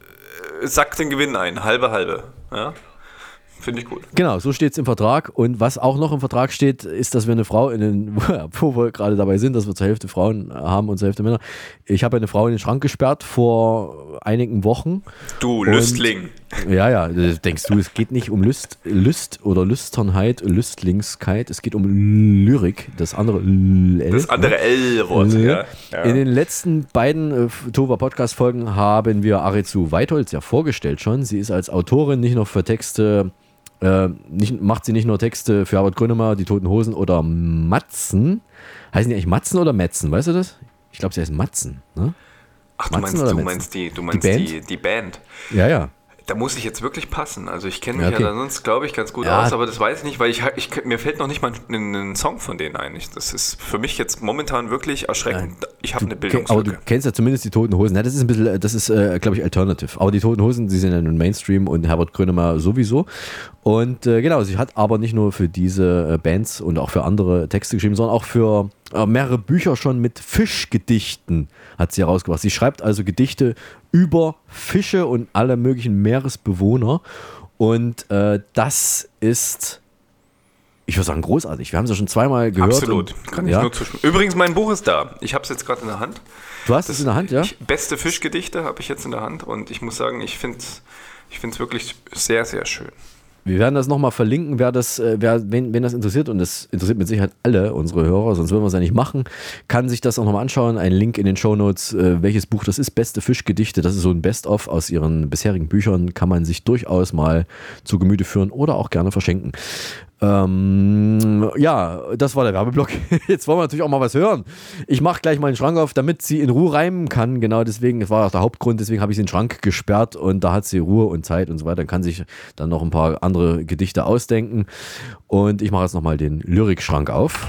[SPEAKER 9] sack den Gewinn ein, halbe. Ja? Finde ich gut.
[SPEAKER 1] Genau, so steht es im Vertrag. Und was auch noch im Vertrag steht, ist, dass wir eine Frau wo wir gerade dabei sind, dass wir zur Hälfte Frauen haben und zur Hälfte Männer. Ich habe eine Frau in den Schrank gesperrt vor einigen Wochen.
[SPEAKER 9] Du Lüstling.
[SPEAKER 1] Ja, denkst du, es geht nicht um Lust oder Lüsternheit, Lüstlingskheit, es geht um Lyrik, das andere L.
[SPEAKER 9] Das andere L-Wort, ja.
[SPEAKER 1] In den letzten beiden Tova-Podcast-Folgen haben wir Arezu Weitholz ja vorgestellt schon. Sie ist als Autorin nicht nur für Texte, macht sie nicht nur Texte für Herbert Grönemeyer, die Toten Hosen oder Matzen. Heißen die eigentlich Matzen oder Metzen, weißt du das? Ich glaube, sie heißen Matzen, ne?
[SPEAKER 9] Ach, du meinst die Band.
[SPEAKER 1] Ja.
[SPEAKER 9] Da muss ich jetzt wirklich passen. Also ich kenne mich ja sonst, glaube ich, ganz gut aus, aber das weiß ich nicht, weil mir fällt noch nicht mal ein Song von denen ein. Das ist für mich jetzt momentan wirklich erschreckend. Ich habe eine Bildungslücke.
[SPEAKER 1] Aber du kennst ja zumindest die Toten Hosen. Ja, das ist glaube ich, Alternative. Aber die Toten Hosen, sie sind ja nun Mainstream und Herbert Grönemeyer sowieso. Und genau, sie hat aber nicht nur für diese Bands und auch für andere Texte geschrieben, sondern auch für mehrere Bücher schon mit Fischgedichten hat sie herausgebracht. Sie schreibt also Gedichte über Fische und alle möglichen Meeresbewohner. Und das ist, ich würde sagen, großartig. Wir haben es ja schon zweimal gehört.
[SPEAKER 9] Absolut. Kann ich nur zustimmen. Übrigens, mein Buch ist da. Ich habe es jetzt gerade in der Hand.
[SPEAKER 1] Du hast es in der Hand, ja?
[SPEAKER 9] Beste Fischgedichte habe ich jetzt in der Hand. Und ich muss sagen, ich finde es wirklich sehr, sehr schön.
[SPEAKER 1] Wir werden das nochmal verlinken, wenn das interessiert, und das interessiert mit Sicherheit alle unsere Hörer, sonst würden wir es ja nicht machen, kann sich das auch nochmal anschauen. Ein Link in den Shownotes, welches Buch das ist, Beste Fischgedichte, das ist so ein Best-of aus ihren bisherigen Büchern, kann man sich durchaus mal zu Gemüte führen oder auch gerne verschenken. Ja, das war der Werbeblock. Jetzt wollen wir natürlich auch mal was hören. Ich mache gleich mal den Schrank auf, damit sie in Ruhe reimen kann. Genau deswegen, das war auch der Hauptgrund, deswegen habe ich den Schrank gesperrt und da hat sie Ruhe und Zeit und so weiter. Kann sich dann noch ein paar andere Gedichte ausdenken. Und ich mache jetzt nochmal den Lyrikschrank auf.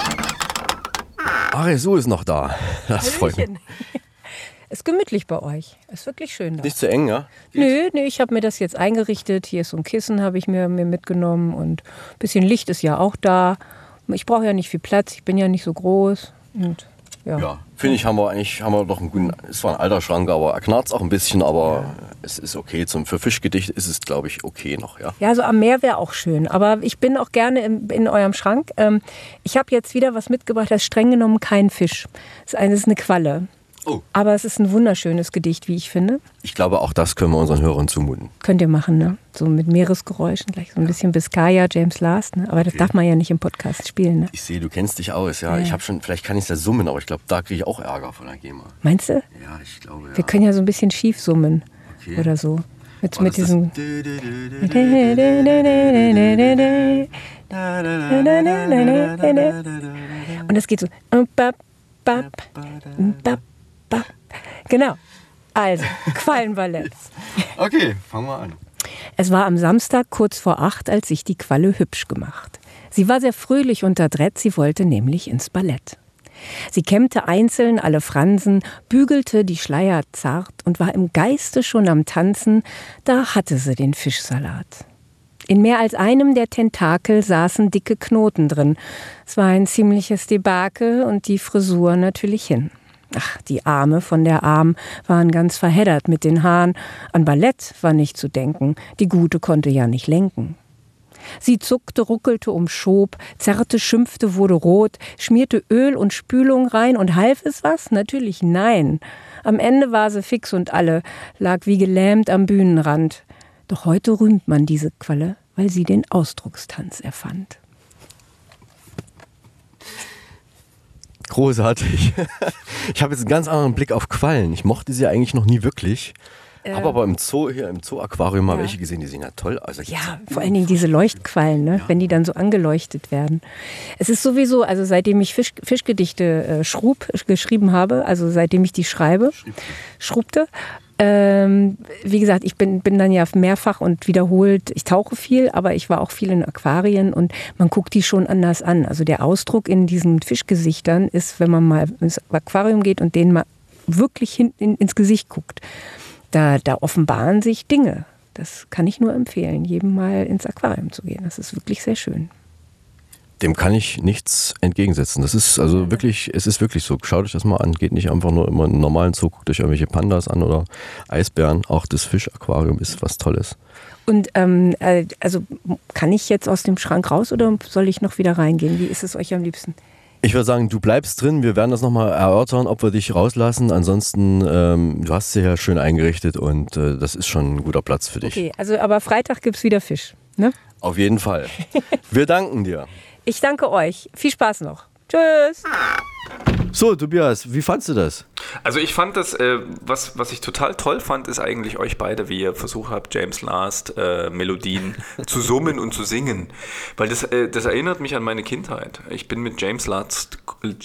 [SPEAKER 1] Arezu ist noch da. Das freut mich.
[SPEAKER 13] Ist gemütlich bei euch. Ist wirklich schön da.
[SPEAKER 1] Nicht zu eng, ja?
[SPEAKER 13] Nö, ich habe mir das jetzt eingerichtet. Hier ist so ein Kissen, habe ich mir mitgenommen. Und ein bisschen Licht ist ja auch da. Ich brauche ja nicht viel Platz. Ich bin ja nicht so groß. Und,
[SPEAKER 14] ja, finde ich, haben wir doch einen guten, es war ein alter Schrank, aber er knarzt auch ein bisschen, aber es ist okay. Für Fischgedichte ist es, glaube ich, okay noch, ja.
[SPEAKER 13] Ja, so am Meer wäre auch schön. Aber ich bin auch gerne in eurem Schrank. Ich habe jetzt wieder was mitgebracht, das ist streng genommen kein Fisch. Das ist eine Qualle.
[SPEAKER 14] Oh.
[SPEAKER 13] Aber es ist ein wunderschönes Gedicht, wie ich finde.
[SPEAKER 14] Ich glaube, auch das können wir unseren Hörern zumuten.
[SPEAKER 13] Könnt ihr machen, ne? So mit Meeresgeräuschen, gleich so ein bisschen Biscaya, James Last, ne? Aber das darf man ja nicht im Podcast spielen, ne?
[SPEAKER 14] Ich sehe, du kennst dich aus, ja. Ich habe schon, vielleicht kann ich es ja summen, aber ich glaube, da kriege ich auch Ärger von der GEMA.
[SPEAKER 13] Meinst du?
[SPEAKER 14] Ja, ich glaube, ja.
[SPEAKER 13] Wir können ja so ein bisschen schief summen oder so. Mit diesem... Und das geht so... Genau. Also, Quallenballett.
[SPEAKER 14] Okay, fangen wir an.
[SPEAKER 13] Es war am Samstag kurz vor 8, als sich die Qualle hübsch gemacht. Sie war sehr fröhlich und adrett, sie wollte nämlich ins Ballett. Sie kämmte einzeln alle Fransen, bügelte die Schleier zart und war im Geiste schon am Tanzen, da hatte sie den Fischsalat. In mehr als einem der Tentakel saßen dicke Knoten drin. Es war ein ziemliches Debakel und die Frisur natürlich hin. Ach, die Arme von der Arm waren ganz verheddert mit den Haaren. An Ballett war nicht zu denken. Die Gute konnte ja nicht lenken. Sie zuckte, ruckelte, umschob, zerrte, schimpfte, wurde rot, schmierte Öl und Spülung rein und half es was? Natürlich nein. Am Ende war sie fix und alle, lag wie gelähmt am Bühnenrand. Doch heute rühmt man diese Qualle, weil sie den Ausdruckstanz erfand.
[SPEAKER 14] Großartig. Ich habe jetzt einen ganz anderen Blick auf Quallen. Ich mochte sie eigentlich noch nie wirklich. Habe aber im Zoo, hier im Zoo-Aquarium mal welche gesehen, die sehen ja toll aus.
[SPEAKER 13] Ja, vor allen Dingen diese Leuchtquallen, ne? Wenn die dann so angeleuchtet werden. Es ist sowieso, also seitdem ich Fischgedichte geschrieben habe, also seitdem ich die schrubte, wie gesagt, ich bin dann ja mehrfach und wiederholt, ich tauche viel, aber ich war auch viel in Aquarien und man guckt die schon anders an. Also der Ausdruck in diesen Fischgesichtern ist, wenn man mal ins Aquarium geht und denen mal wirklich ins Gesicht guckt, da offenbaren sich Dinge. Das kann ich nur empfehlen, jedem mal ins Aquarium zu gehen. Das ist wirklich sehr schön.
[SPEAKER 14] Dem kann ich nichts entgegensetzen. Das ist also wirklich, es ist wirklich so. Schaut euch das mal an. Geht nicht einfach nur immer in einen normalen Zoo, guckt euch irgendwelche Pandas an oder Eisbären. Auch das Fischaquarium ist was Tolles.
[SPEAKER 13] Und also kann ich jetzt aus dem Schrank raus oder soll ich noch wieder reingehen? Wie ist es euch am liebsten?
[SPEAKER 14] Ich würde sagen, du bleibst drin. Wir werden das nochmal erörtern, ob wir dich rauslassen. Ansonsten, du hast sie ja schön eingerichtet und das ist schon ein guter Platz für dich.
[SPEAKER 13] Okay, also aber Freitag gibt es wieder Fisch, ne?
[SPEAKER 14] Auf jeden Fall. Wir danken dir.
[SPEAKER 13] Ich danke euch. Viel Spaß noch. Tschüss.
[SPEAKER 1] So, Tobias, wie fandst du das?
[SPEAKER 9] Also ich fand das, was ich total toll fand, ist eigentlich euch beide, wie ihr versucht habt, James Last Melodien zu summen und zu singen. Weil das erinnert mich an meine Kindheit. Ich bin mit James Last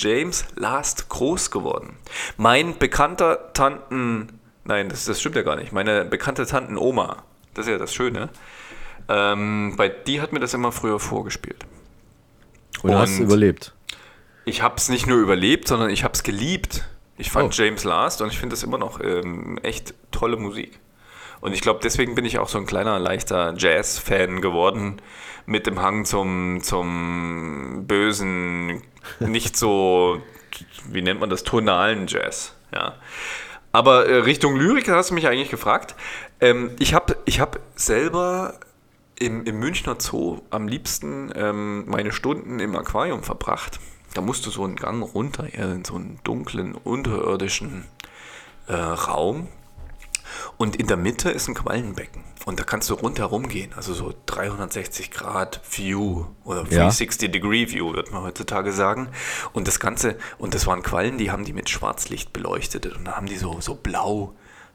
[SPEAKER 9] groß geworden. Mein bekannter das stimmt ja gar nicht, meine bekannte Tantenoma, das ist ja das Schöne, die hat mir das immer früher vorgespielt.
[SPEAKER 1] Und hast du überlebt?
[SPEAKER 9] Ich habe es nicht nur überlebt, sondern ich habe es geliebt. Ich fand James Last und ich finde das immer noch echt tolle Musik. Und ich glaube, deswegen bin ich auch so ein kleiner, leichter Jazz-Fan geworden, mit dem Hang zum bösen, nicht so, wie nennt man das, tonalen Jazz. Ja. Aber Richtung Lyrik, da hast du mich eigentlich gefragt. Ich hab selber im Münchner Zoo am liebsten meine Stunden im Aquarium verbracht. Da musst du so einen Gang runter, in so einen dunklen, unterirdischen Raum. Und in der Mitte ist ein Quallenbecken. Und da kannst du rundherum gehen. Also so 360 Grad View oder 360-Degree View, wird man heutzutage sagen. Und das Ganze, und das waren Quallen, die haben die mit Schwarzlicht beleuchtet. Und dann haben die so blau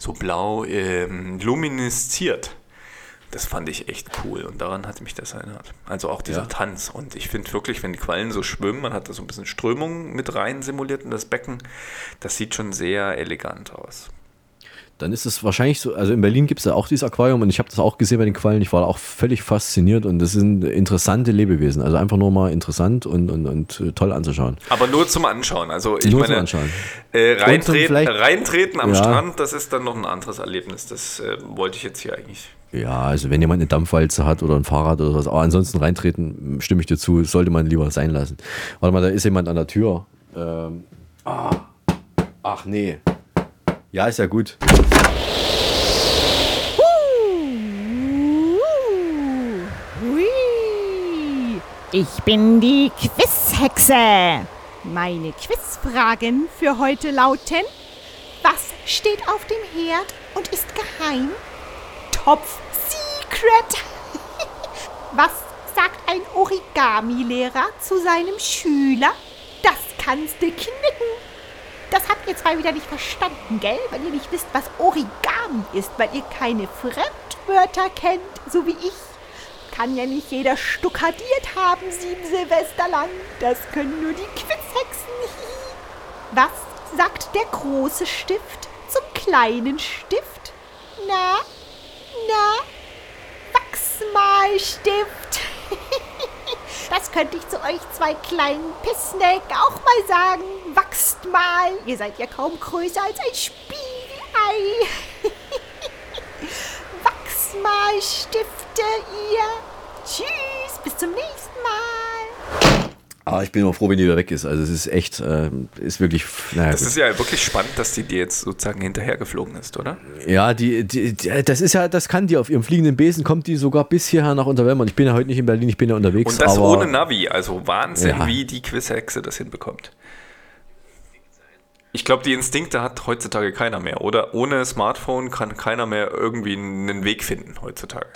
[SPEAKER 9] luminesziert. Das fand ich echt cool und daran hat mich das erinnert. Also auch dieser Tanz. Und ich finde wirklich, wenn die Quallen so schwimmen, man hat da so ein bisschen Strömung mit rein simuliert in das Becken, das sieht schon sehr elegant aus.
[SPEAKER 1] Dann ist es wahrscheinlich so, also in Berlin gibt es ja auch dieses Aquarium und ich habe das auch gesehen bei den Quallen, ich war da auch völlig fasziniert und das sind interessante Lebewesen, also einfach nur mal interessant und toll anzuschauen.
[SPEAKER 9] Aber nur zum Anschauen, also ich
[SPEAKER 1] nur
[SPEAKER 9] meine,
[SPEAKER 1] zum Anschauen.
[SPEAKER 9] Reintreten am Strand, das ist dann noch ein anderes Erlebnis, das wollte ich jetzt hier eigentlich.
[SPEAKER 1] Ja, also wenn jemand eine Dampfwalze hat oder ein Fahrrad oder was, aber ansonsten reintreten, stimme ich dir zu, sollte man lieber sein lassen. Warte mal, da ist jemand an der Tür. Ach nee. Ja, ist ja gut.
[SPEAKER 15] Ich bin die Quizhexe. Meine Quizfragen für heute lauten: Was steht auf dem Herd und ist geheim? Top Secret. Was sagt ein Origami-Lehrer zu seinem Schüler? Das kannst du knicken. Das habt ihr zwar wieder nicht verstanden, gell? Weil ihr nicht wisst, was Origami ist, weil ihr keine Fremdwörter kennt, so wie ich. Kann ja nicht jeder stuckadiert haben 7 Silvester lang. Das können nur die Quizhexen. Was sagt der große Stift zum kleinen Stift? Na, Wachsmalstift. Das könnte ich zu euch 2 kleinen Pissneck auch mal sagen. Wachst mal. Ihr seid ja kaum größer als ein Spiegelei. Wachsmalstifte, ihr. Tschüss, bis zum nächsten Mal.
[SPEAKER 1] ich bin immer froh, wenn die wieder weg ist. Also es ist echt, ist wirklich, naja.
[SPEAKER 9] Das ist ja wirklich spannend, dass die dir jetzt sozusagen hinterhergeflogen ist, oder?
[SPEAKER 1] Ja, das ist ja, das kann die auf ihrem fliegenden Besen, kommt die sogar bis hierher nach Unterwelmern. Ich bin ja heute nicht in Berlin, ich bin ja unterwegs.
[SPEAKER 9] Und das
[SPEAKER 1] aber,
[SPEAKER 9] ohne Navi, also Wahnsinn, wie die Quizhexe das hinbekommt. Ich glaube, die Instinkte hat heutzutage keiner mehr, oder? Ohne Smartphone kann keiner mehr irgendwie einen Weg finden heutzutage.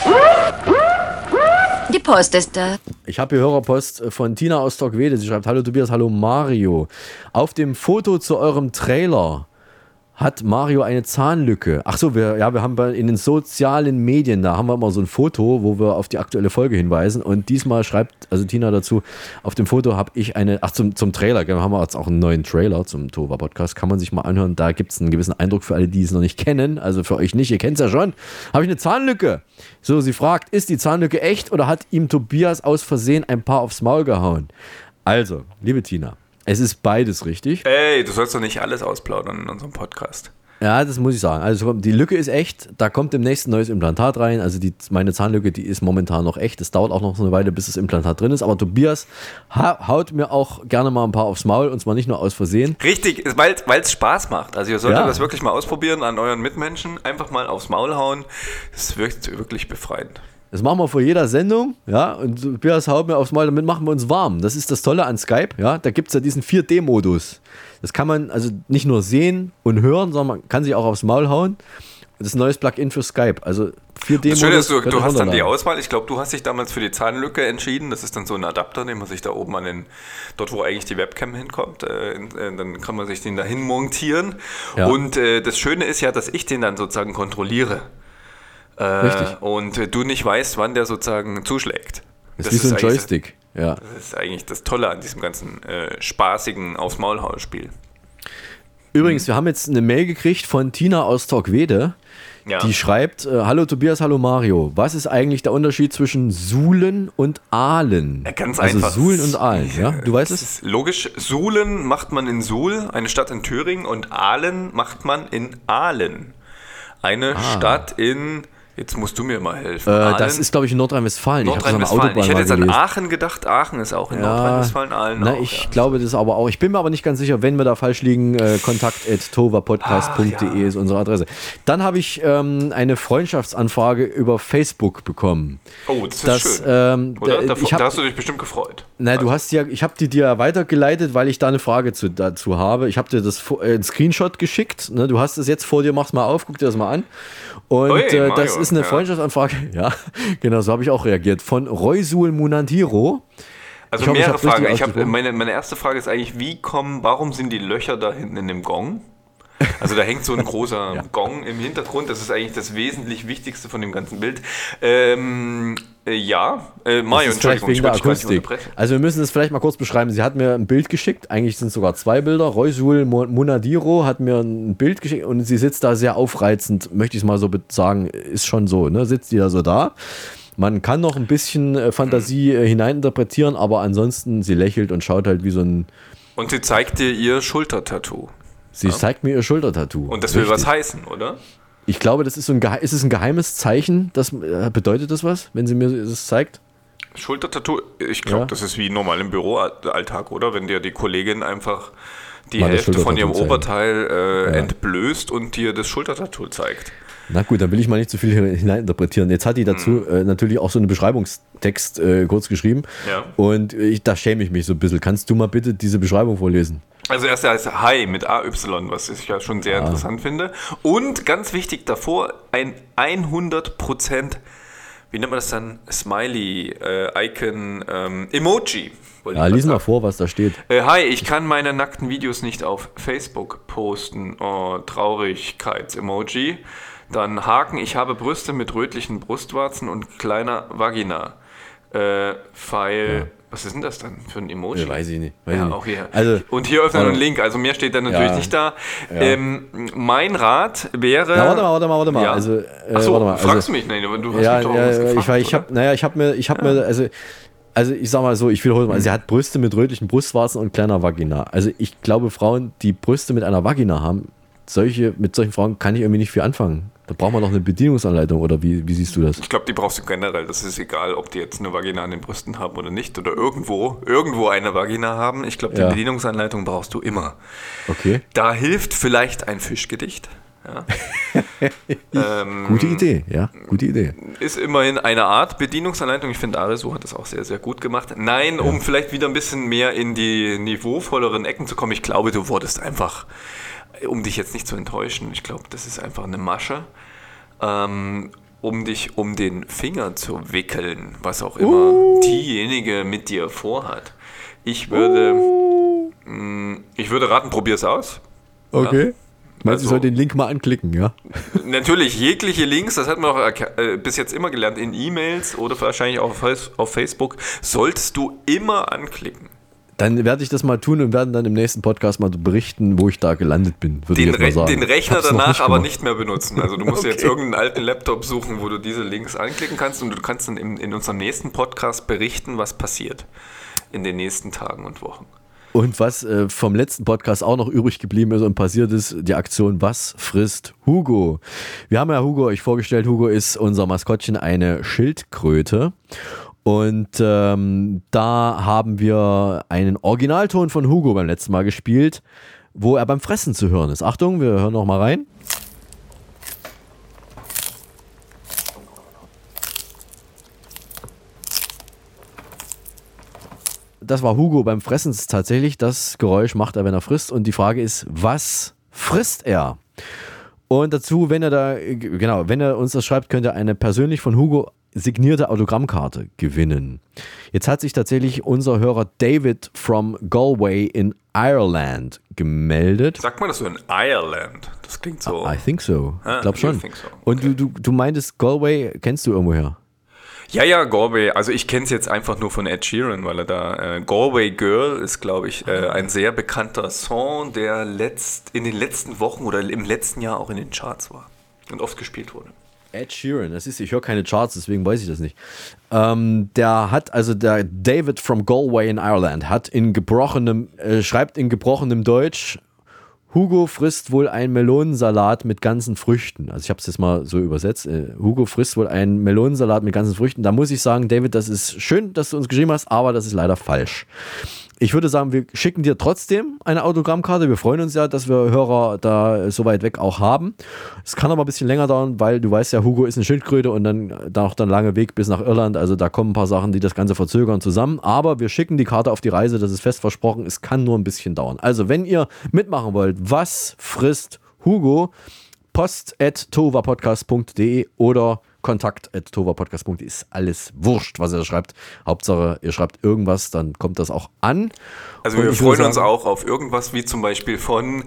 [SPEAKER 16] Die Post ist da.
[SPEAKER 1] Ich habe hier Hörerpost von Tina aus Torquede. Sie schreibt: Hallo Tobias, hallo Mario. Auf dem Foto zu eurem Trailer hat Mario eine Zahnlücke. Ach so, wir haben in den sozialen Medien, da haben wir immer so ein Foto, wo wir auf die aktuelle Folge hinweisen. Und diesmal schreibt also Tina dazu, auf dem Foto habe ich zum Trailer, wir haben jetzt auch einen neuen Trailer zum Tova Podcast, kann man sich mal anhören. Da gibt es einen gewissen Eindruck für alle, die es noch nicht kennen. Also für euch nicht, ihr kennt es ja schon. Habe ich eine Zahnlücke? So, sie fragt, ist die Zahnlücke echt oder hat ihm Tobias aus Versehen ein paar aufs Maul gehauen? Also, liebe Tina, es ist beides richtig.
[SPEAKER 9] Ey, du sollst doch nicht alles ausplaudern in unserem Podcast.
[SPEAKER 1] Ja, das muss ich sagen. Also die Lücke ist echt, da kommt demnächst ein neues Implantat rein. Also meine Zahnlücke, die ist momentan noch echt. Es dauert auch noch so eine Weile, bis das Implantat drin ist. Aber Tobias haut mir auch gerne mal ein paar aufs Maul, und zwar nicht nur aus Versehen.
[SPEAKER 9] Richtig, weil es Spaß macht. Also ihr solltet das wirklich mal ausprobieren an euren Mitmenschen. Einfach mal aufs Maul hauen. Das wirkt wirklich befreiend.
[SPEAKER 1] Das machen wir vor jeder Sendung, ja, und Tobias haut mir aufs Maul, damit machen wir uns warm. Das ist das Tolle an Skype, ja, da gibt es ja diesen 4D-Modus. Das kann man also nicht nur sehen und hören, sondern man kann sich auch aufs Maul hauen. Das ist ein neues Plugin für Skype, also 4D-Modus.
[SPEAKER 9] Das Schöne ist, du hast dann die Auswahl. Ich glaube, du hast dich damals für die Zahnlücke entschieden. Das ist dann so ein Adapter, den man sich da oben dort wo eigentlich die Webcam hinkommt, dann kann man sich den dahin montieren. Ja. Und das Schöne ist ja, dass ich den dann sozusagen kontrolliere.
[SPEAKER 1] Richtig.
[SPEAKER 9] Und du nicht weißt, wann der sozusagen zuschlägt.
[SPEAKER 1] Das ist wie so ein Joystick. Ja.
[SPEAKER 9] Das ist eigentlich das Tolle an diesem ganzen spaßigen Aufs-Maul-Hauen-Spiel.
[SPEAKER 1] Übrigens, wir haben jetzt eine Mail gekriegt von Tina aus Torquede. Ja. Die schreibt: Hallo Tobias, hallo Mario. Was ist eigentlich der Unterschied zwischen Suhlen und Aalen?
[SPEAKER 9] Ja, ganz einfach.
[SPEAKER 1] Also Suhlen und Aalen, ja? Du weißt es?
[SPEAKER 9] Ist logisch. Suhlen macht man in Suhl, eine Stadt in Thüringen, und Aalen macht man in Aalen, eine Stadt in... Jetzt musst du mir mal helfen.
[SPEAKER 1] Das ist, glaube ich, in Nordrhein-Westfalen.
[SPEAKER 9] Nordrhein-Westfalen. Ich hätte jetzt an Aachen gedacht. Aachen ist auch in Nordrhein-Westfalen. Aalen auch.
[SPEAKER 1] Ich glaube, das ist aber auch. Ich bin mir aber nicht ganz sicher, wenn wir da falsch liegen. kontakt@tovapodcast.de ist unsere Adresse. Dann habe ich eine Freundschaftsanfrage über Facebook bekommen.
[SPEAKER 9] Oh, das ist schön. Oder? Da hast du dich bestimmt gefreut.
[SPEAKER 1] Nein, ich habe die dir weitergeleitet, weil ich da eine Frage dazu habe. Ich habe dir das einen Screenshot geschickt. Ne? Du hast es jetzt vor dir, mach's mal auf, guck dir das mal an. Und das ist eine Freundschaftsanfrage, ja, genau, so habe ich auch reagiert, von Roysul Munantiro.
[SPEAKER 9] Also mehrere Fragen. Meine erste Frage ist eigentlich, warum sind die Löcher da hinten in dem Gong? Also da hängt so ein großer Gong im Hintergrund, das ist eigentlich das wesentlich Wichtigste von dem ganzen Bild. Mario, Entschuldigung,
[SPEAKER 1] ich wollte dich nicht unterbrechen. Also wir müssen das vielleicht mal kurz beschreiben. Sie hat mir ein Bild geschickt, eigentlich sind es sogar 2 Bilder. Roysul Munadiro hat mir ein Bild geschickt und sie sitzt da sehr aufreizend, möchte ich es mal so sagen, ist schon so, ne? Sitzt die da so da. Man kann noch ein bisschen Fantasie hineininterpretieren, aber ansonsten, sie lächelt und schaut halt wie so ein...
[SPEAKER 9] Und sie zeigt dir ihr Schultertattoo.
[SPEAKER 1] Sie zeigt mir ihr Schultertattoo.
[SPEAKER 9] Und das will was heißen, oder?
[SPEAKER 1] Ich glaube, das ist ist es ein geheimes Zeichen? Bedeutet das was, wenn sie mir das zeigt?
[SPEAKER 9] Schultertattoo, ich glaube, das ist wie normal im Büroalltag, oder? Wenn dir die Kollegin einfach die Hälfte von ihrem Oberteil entblößt und dir das Schultertattoo zeigt.
[SPEAKER 1] Na gut, dann will ich mal nicht zu viel hineininterpretieren. Jetzt hat die dazu natürlich auch so einen Beschreibungstext kurz geschrieben. Ja. Und da schäme ich mich so ein bisschen. Kannst du mal bitte diese Beschreibung vorlesen?
[SPEAKER 9] Also erst heißt Hi mit AY, was ich ja schon sehr interessant finde. Und ganz wichtig davor, ein 100%, wie nennt man das dann? Smiley-Icon, Emoji.
[SPEAKER 1] Lies mal vor, was da steht.
[SPEAKER 9] Hi, ich kann meine nackten Videos nicht auf Facebook posten. Oh, Traurigkeits-Emoji. Dann Haken, ich habe Brüste mit rötlichen Brustwarzen und kleiner Vagina. Pfeil... Was ist denn das dann für ein Emoji?
[SPEAKER 1] Weiß ich nicht.
[SPEAKER 9] Auch hier. Also, und hier öffnen einen Link. Also mehr steht da natürlich nicht da. Ja. Mein Rat wäre...
[SPEAKER 1] warte mal.
[SPEAKER 9] Ja.
[SPEAKER 1] Also,
[SPEAKER 9] Achso,
[SPEAKER 1] warte mal.
[SPEAKER 9] fragst du mich? Nein, du hast mich doch was gefragt.
[SPEAKER 1] Ich habe mir, also ich sag mal so, ich wiederhole mal, sie hat Brüste mit rötlichen Brustwarzen und kleiner Vagina. Also ich glaube, Frauen, die Brüste mit einer Vagina haben, mit solchen Frauen kann ich irgendwie nicht viel anfangen. Da brauchen wir noch eine Bedienungsanleitung, oder wie siehst du das?
[SPEAKER 9] Ich glaube, die brauchst du generell. Das ist egal, ob die jetzt eine Vagina an den Brüsten haben oder nicht oder irgendwo eine Vagina haben. Ich glaube, die Bedienungsanleitung brauchst du immer.
[SPEAKER 1] Okay.
[SPEAKER 9] Da hilft vielleicht ein Fischgedicht. Ja.
[SPEAKER 1] Gute Idee, ja, gute Idee.
[SPEAKER 9] Ist immerhin eine Art Bedienungsanleitung. Ich finde, Aresu hat das auch sehr, sehr gut gemacht. Nein, um vielleicht wieder ein bisschen mehr in die niveauvolleren Ecken zu kommen. Ich glaube, du wurdest einfach, um dich jetzt nicht zu enttäuschen, ich glaube, das ist einfach eine Masche, um dich um den Finger zu wickeln, was auch immer diejenige mit dir vorhat. Ich würde raten, probier es aus.
[SPEAKER 1] Okay.
[SPEAKER 9] Ja.
[SPEAKER 1] Meinst du, ich soll den Link mal anklicken, ja?
[SPEAKER 9] Natürlich, jegliche Links, das hat man auch bis jetzt immer gelernt, in E-Mails oder wahrscheinlich auch auf Facebook, solltest du immer anklicken.
[SPEAKER 1] Dann werde ich das mal tun und werden dann im nächsten Podcast mal berichten, wo ich da gelandet bin.
[SPEAKER 9] Den Rechner danach aber nicht mehr benutzen. Also du musst jetzt irgendeinen alten Laptop suchen, wo du diese Links anklicken kannst und du kannst dann in unserem nächsten Podcast berichten, was passiert in den nächsten Tagen und Wochen.
[SPEAKER 1] Und was vom letzten Podcast auch noch übrig geblieben ist und passiert ist, die Aktion Was frisst Hugo? Wir haben ja Hugo euch vorgestellt. Hugo ist unser Maskottchen, eine Schildkröte. Und da haben wir einen Originalton von Hugo beim letzten Mal gespielt, wo er beim Fressen zu hören ist. Achtung, wir hören noch mal rein. Das war Hugo beim Fressen tatsächlich. Das Geräusch macht er, wenn er frisst. Und die Frage ist, was frisst er? Und dazu, wenn er uns das schreibt, könnt ihr eine persönlich von Hugo signierte Autogrammkarte gewinnen. Jetzt hat sich tatsächlich unser Hörer David from Galway in Ireland gemeldet.
[SPEAKER 9] Sagt man das so in Ireland? Das klingt so.
[SPEAKER 1] I think so. Ich glaube schon.
[SPEAKER 9] So. Okay.
[SPEAKER 1] Und du meintest, Galway kennst du irgendwoher?
[SPEAKER 9] Ja, Galway. Also ich kenne es jetzt einfach nur von Ed Sheeran, weil er da Galway Girl ist, glaube ich, ein sehr bekannter Song, der in den letzten Wochen oder im letzten Jahr auch in den Charts war und oft gespielt wurde.
[SPEAKER 1] Ed Sheeran, ich höre keine Charts, deswegen weiß ich das nicht. Der David from Galway in Ireland schreibt in gebrochenem Deutsch: Hugo frisst wohl einen Melonensalat mit ganzen Früchten. Also ich habe es jetzt mal so übersetzt. Hugo frisst wohl einen Melonensalat mit ganzen Früchten. Da muss ich sagen, David, das ist schön, dass du uns geschrieben hast, aber das ist leider falsch. Ich würde sagen, wir schicken dir trotzdem eine Autogrammkarte. Wir freuen uns ja, dass wir Hörer da so weit weg auch haben. Es kann aber ein bisschen länger dauern, weil du weißt ja, Hugo ist eine Schildkröte und dann lange Weg bis nach Irland. Also da kommen ein paar Sachen, die das Ganze verzögern zusammen. Aber wir schicken die Karte auf die Reise, das ist fest versprochen. Es kann nur ein bisschen dauern. Also wenn ihr mitmachen wollt, was frisst Hugo? post@tovapodcast.de oder kontakt@tovapodcast.de. Ist alles wurscht, was ihr schreibt. Hauptsache, ihr schreibt irgendwas, dann kommt das auch an.
[SPEAKER 9] Also wir freuen uns auch auf irgendwas wie zum Beispiel von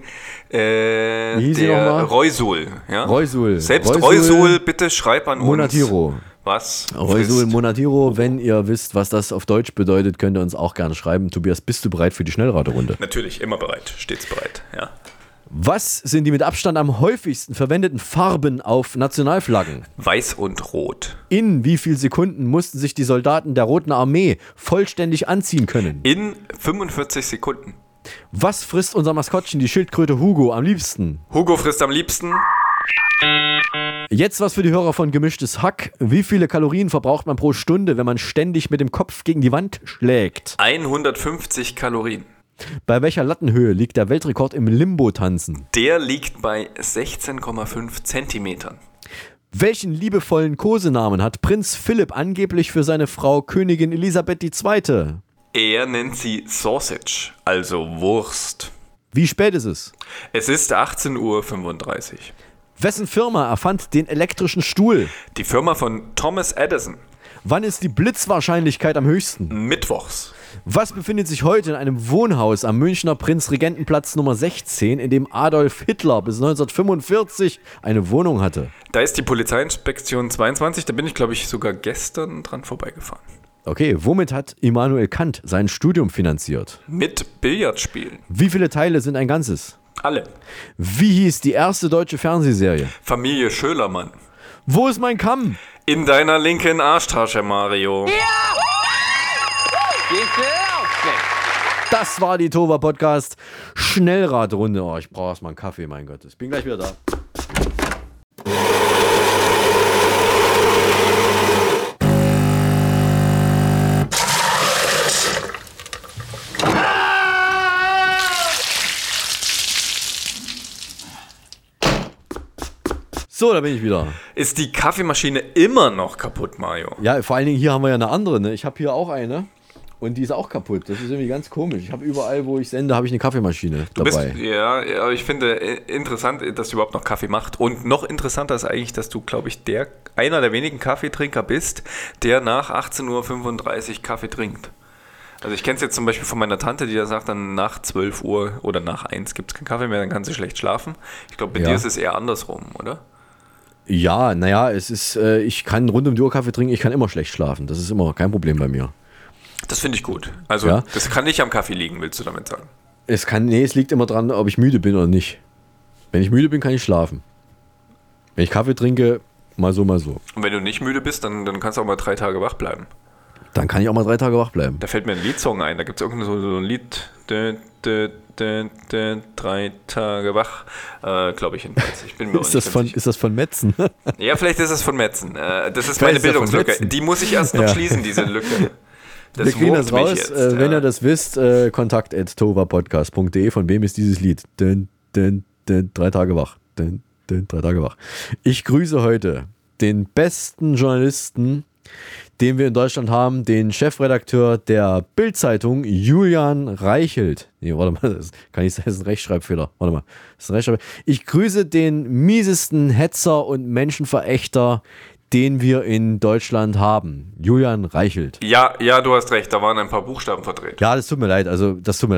[SPEAKER 9] der Reusul. Ja?
[SPEAKER 1] Reusul.
[SPEAKER 9] Selbst Reusul, bitte schreib an uns.
[SPEAKER 1] Monatiro.
[SPEAKER 9] Was?
[SPEAKER 1] Reusul Monatiro, wenn ihr wisst, was das auf Deutsch bedeutet, könnt ihr uns auch gerne schreiben. Tobias, bist du bereit für die Schnellraterunde?
[SPEAKER 9] Natürlich, immer bereit. Stets bereit, ja.
[SPEAKER 1] Was sind die mit Abstand am häufigsten verwendeten Farben auf Nationalflaggen?
[SPEAKER 9] Weiß und Rot.
[SPEAKER 1] In wie vielen Sekunden mussten sich die Soldaten der Roten Armee vollständig anziehen können?
[SPEAKER 9] In 45 Sekunden.
[SPEAKER 1] Was frisst unser Maskottchen, die Schildkröte Hugo, am liebsten?
[SPEAKER 9] Hugo frisst am liebsten.
[SPEAKER 1] Jetzt was für die Hörer von Gemischtes Hack. Wie viele Kalorien verbraucht man pro Stunde, wenn man ständig mit dem Kopf gegen die Wand schlägt?
[SPEAKER 9] 150 Kalorien.
[SPEAKER 1] Bei welcher Lattenhöhe liegt der Weltrekord im Limbo-Tanzen?
[SPEAKER 9] Der liegt bei 16,5 Zentimetern.
[SPEAKER 1] Welchen liebevollen Kosenamen hat Prinz Philipp angeblich für seine Frau Königin Elisabeth II.?
[SPEAKER 9] Er nennt sie Sausage, also Wurst.
[SPEAKER 1] Wie spät ist es?
[SPEAKER 9] Es ist 18:35 Uhr.
[SPEAKER 1] Wessen Firma erfand den elektrischen Stuhl?
[SPEAKER 9] Die Firma von Thomas Edison.
[SPEAKER 1] Wann ist die Blitzwahrscheinlichkeit am höchsten?
[SPEAKER 9] Mittwochs.
[SPEAKER 1] Was befindet sich heute in einem Wohnhaus am Münchner Prinzregentenplatz Nummer 16, in dem Adolf Hitler bis 1945 eine Wohnung hatte?
[SPEAKER 9] Da ist die Polizeiinspektion 22, da bin ich, glaube ich, sogar gestern dran vorbeigefahren.
[SPEAKER 1] Okay, womit hat Immanuel Kant sein Studium finanziert?
[SPEAKER 9] Mit Billardspielen.
[SPEAKER 1] Wie viele Teile sind ein Ganzes?
[SPEAKER 9] Alle.
[SPEAKER 1] Wie hieß die erste deutsche Fernsehserie?
[SPEAKER 9] Familie Schölermann.
[SPEAKER 1] Wo ist mein Kamm?
[SPEAKER 9] In deiner linken Arschtasche, Mario. Ja!
[SPEAKER 1] Das war die Tova Podcast Schnellraterunde. Oh, ich brauche erstmal einen Kaffee, mein Gott. Ich bin gleich wieder da. So, da bin ich wieder.
[SPEAKER 9] Ist die Kaffeemaschine immer noch kaputt, Mario?
[SPEAKER 1] Ja, vor allen Dingen hier haben wir ja eine andere. Ne? Ich habe hier auch eine und die ist auch kaputt. Das ist irgendwie ganz komisch. Ich habe überall, wo ich sende, habe ich eine Kaffeemaschine dabei.
[SPEAKER 9] Ja, aber ich finde interessant, dass du überhaupt noch Kaffee machst. Und noch interessanter ist eigentlich, dass du, glaube ich, einer der wenigen Kaffeetrinker bist, der nach 18:35 Uhr Kaffee trinkt. Also ich kenne es jetzt zum Beispiel von meiner Tante, die da sagt, dann nach 12 Uhr oder nach 1 gibt es keinen Kaffee mehr, dann kann sie schlecht schlafen. Ich glaube, bei dir ist es eher andersrum, oder?
[SPEAKER 1] Ja, naja, es ist, ich kann rund um die Uhr Kaffee trinken, ich kann immer schlecht schlafen. Das ist immer kein Problem bei mir.
[SPEAKER 9] Das finde ich gut. Also das kann nicht am Kaffee liegen, willst du damit sagen?
[SPEAKER 1] Es liegt immer dran, ob ich müde bin oder nicht. Wenn ich müde bin, kann ich schlafen. Wenn ich Kaffee trinke, mal so, mal so.
[SPEAKER 9] Und wenn du nicht müde bist, dann kannst du auch mal 3 Tage wach bleiben.
[SPEAKER 1] Dann kann ich auch mal 3 Tage wach bleiben.
[SPEAKER 9] Da fällt mir ein Liedsong ein, da gibt es irgendein so ein Lied, 3 Tage wach, glaube ich jedenfalls. Ich bin mir
[SPEAKER 1] ist das von Metzen?
[SPEAKER 9] Ja, vielleicht ist es von Metzen. Das ist meine Bildungslücke. Die muss ich erst noch schließen, diese Lücke.
[SPEAKER 1] Wir kriegen das raus. Jetzt, wenn ihr das wisst, kontakt@tovapodcast.de. Von wem ist dieses Lied? 3 Tage wach. 3 Tage wach. Ich grüße heute den besten Journalisten, den wir in Deutschland haben, den Chefredakteur der Bild-Zeitung, Julian Reichelt. Nee, warte mal, das kann nicht sein, das ist ein Rechtschreibfehler. Warte mal, das ist ein Rechtschreibfehler. Ich grüße den miesesten Hetzer und Menschenverächter, den wir in Deutschland haben. Julian Reichelt.
[SPEAKER 9] Ja, du hast recht, da waren ein paar Buchstaben verdreht.
[SPEAKER 1] Ja, das tut mir leid. Also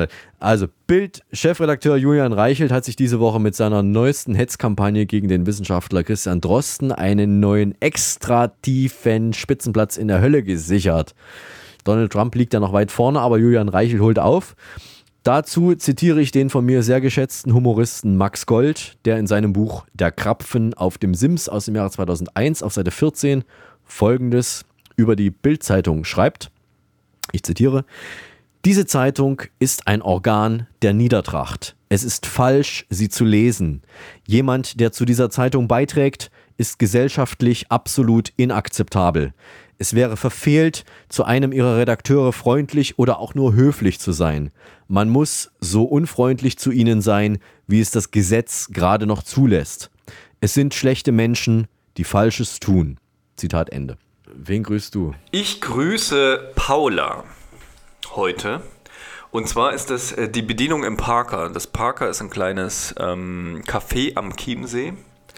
[SPEAKER 1] Bild-Chefredakteur Julian Reichelt hat sich diese Woche mit seiner neuesten Hetzkampagne gegen den Wissenschaftler Christian Drosten einen neuen extra tiefen Spitzenplatz in der Hölle gesichert. Donald Trump liegt ja noch weit vorne, aber Julian Reichelt holt auf. Dazu zitiere ich den von mir sehr geschätzten Humoristen Max Gold, der in seinem Buch Der Krapfen auf dem Sims aus dem Jahre 2001 auf Seite 14 Folgendes über die Bild-Zeitung schreibt. Ich zitiere: Diese Zeitung ist ein Organ der Niedertracht. Es ist falsch, sie zu lesen. Jemand, der zu dieser Zeitung beiträgt, ist gesellschaftlich absolut inakzeptabel. Es wäre verfehlt, zu einem ihrer Redakteure freundlich oder auch nur höflich zu sein. Man muss so unfreundlich zu ihnen sein, wie es das Gesetz gerade noch zulässt. Es sind schlechte Menschen, die Falsches tun. Zitat Ende. Wen grüßt du?
[SPEAKER 9] Ich grüße Paula heute. Und zwar ist das die Bedienung im Parker. Das Parker ist ein kleines Café am Chiemsee.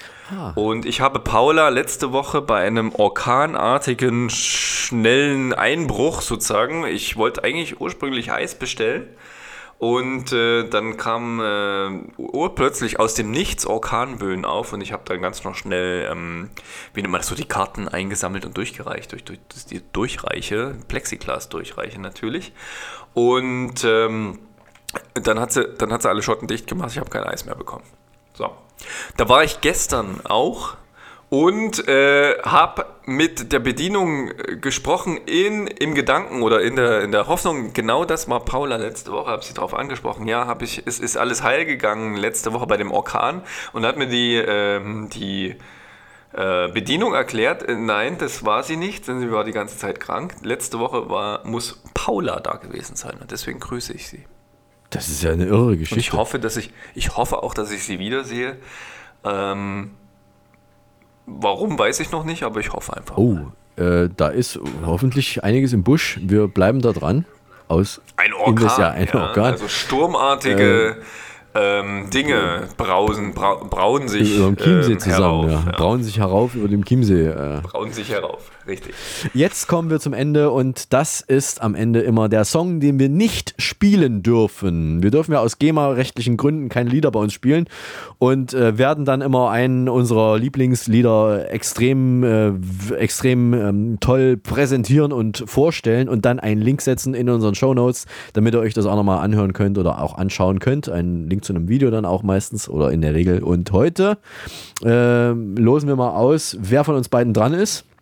[SPEAKER 9] Und ich habe Paula letzte Woche bei einem orkanartigen, schnellen Einbruch sozusagen, ich wollte eigentlich ursprünglich Eis bestellen und dann kam urplötzlich aus dem Nichts Orkanböen auf und ich habe dann ganz noch schnell, wie nennt man das so, die Karten eingesammelt und durchgereicht, durch die Durchreiche, Plexiglas durchreiche natürlich. Und dann hat sie alle Schotten dicht gemacht, ich habe kein Eis mehr bekommen. So. Da war ich gestern auch und habe mit der Bedienung gesprochen im Gedanken oder in der Hoffnung, genau das war Paula letzte Woche, habe sie darauf angesprochen, es ist alles heil gegangen letzte Woche bei dem Orkan und hat mir die Bedienung erklärt, nein, das war sie nicht, denn sie war die ganze Zeit krank. Letzte Woche muss Paula da gewesen sein und deswegen grüße ich sie.
[SPEAKER 1] Das ist ja eine irre Geschichte.
[SPEAKER 9] Und ich hoffe auch, dass ich sie wiedersehe. Warum, weiß ich noch nicht, aber ich hoffe einfach.
[SPEAKER 1] Oh, da ist hoffentlich einiges im Busch. Wir bleiben da dran.
[SPEAKER 9] Ein Orkan.
[SPEAKER 1] Orkan.
[SPEAKER 9] Also sturmartige Dinge brauen sich
[SPEAKER 1] über dem Chiemsee zusammen.
[SPEAKER 9] herauf.
[SPEAKER 1] Ja. Brauen sich herauf über dem Chiemsee.
[SPEAKER 9] Brauen sich herauf, richtig.
[SPEAKER 1] Jetzt kommen wir zum Ende und das ist am Ende immer der Song, den wir nicht spielen dürfen. Wir dürfen ja aus GEMA-rechtlichen Gründen keine Lieder bei uns spielen und werden dann immer einen unserer Lieblingslieder extrem toll präsentieren und vorstellen und dann einen Link setzen in unseren Shownotes, damit ihr euch das auch nochmal anhören könnt oder auch anschauen könnt. Einen Link zu einem Video dann auch meistens oder in der Regel. Und heute losen wir mal aus, wer von uns beiden dran ist.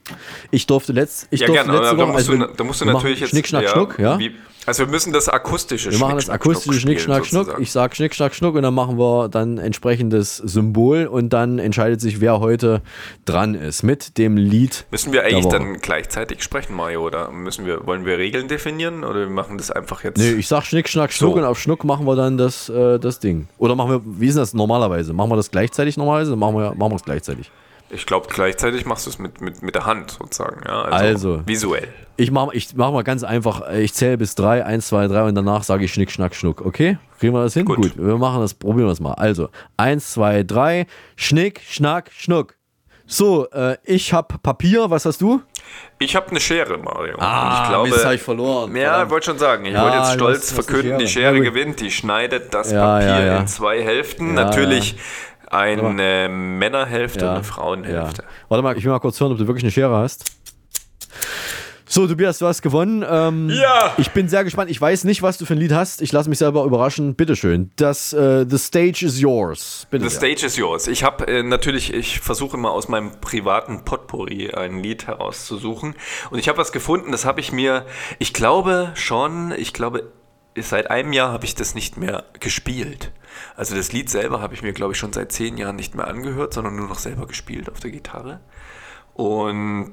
[SPEAKER 1] Ich durfte letzte
[SPEAKER 9] Woche, da musst du natürlich jetzt
[SPEAKER 1] Schnick, Schnack, Schnuck, ja?
[SPEAKER 9] Also wir müssen das akustische
[SPEAKER 1] Wir machen das akustische Schnick, Schnack, Schnuck. Ich sage Schnick, Schnack, Schnuck und dann machen wir dann entsprechendes Symbol und dann entscheidet sich, wer heute dran ist mit dem Lied.
[SPEAKER 9] Müssen wir eigentlich dann gleichzeitig sprechen, Mario, oder wollen wir Regeln definieren oder wir machen das einfach jetzt?
[SPEAKER 1] Nee, ich sag Schnick, Schnack, Schnuck und auf Schnuck machen wir dann das Ding. Oder machen wir, wie ist das normalerweise? Machen wir das gleichzeitig normalerweise? Machen wir es gleichzeitig.
[SPEAKER 9] Ich glaube, gleichzeitig machst du es mit der Hand sozusagen, ja?
[SPEAKER 1] Also
[SPEAKER 9] visuell.
[SPEAKER 1] Ich mach mal ganz einfach, ich zähle bis 3, 1, 2, 3 und danach sage ich Schnick, Schnack, Schnuck, okay? Kriegen wir das hin? Gut, wir machen das, probieren wir es mal. Also, 1, 2, 3, Schnick, Schnack, Schnuck. So, ich habe Papier, was hast du?
[SPEAKER 9] Ich habe eine Schere, Mario.
[SPEAKER 1] Und ich glaube, Mist, habe ich verloren.
[SPEAKER 9] Ja, ich wollte schon sagen, ich wollte jetzt stolz verkünden, die Schere gewinnt, die schneidet das Papier in 2 Hälften. Natürlich eine Männerhälfte und eine Frauenhälfte.
[SPEAKER 1] Ja. Warte mal, ich will mal kurz hören, ob du wirklich eine Schere hast. So, Tobias, du hast gewonnen. Ich bin sehr gespannt. Ich weiß nicht, was du für ein Lied hast. Ich lasse mich selber überraschen. Bitteschön. The Stage is yours. Bitte
[SPEAKER 9] The Stage is yours. Ich habe ich versuche immer aus meinem privaten Potpourri ein Lied herauszusuchen. Und ich habe was gefunden, das habe ich mir, seit einem Jahr habe ich das nicht mehr gespielt. Also das Lied selber habe ich mir, glaube ich, schon seit 10 Jahren nicht mehr angehört, sondern nur noch selber gespielt auf der Gitarre. Und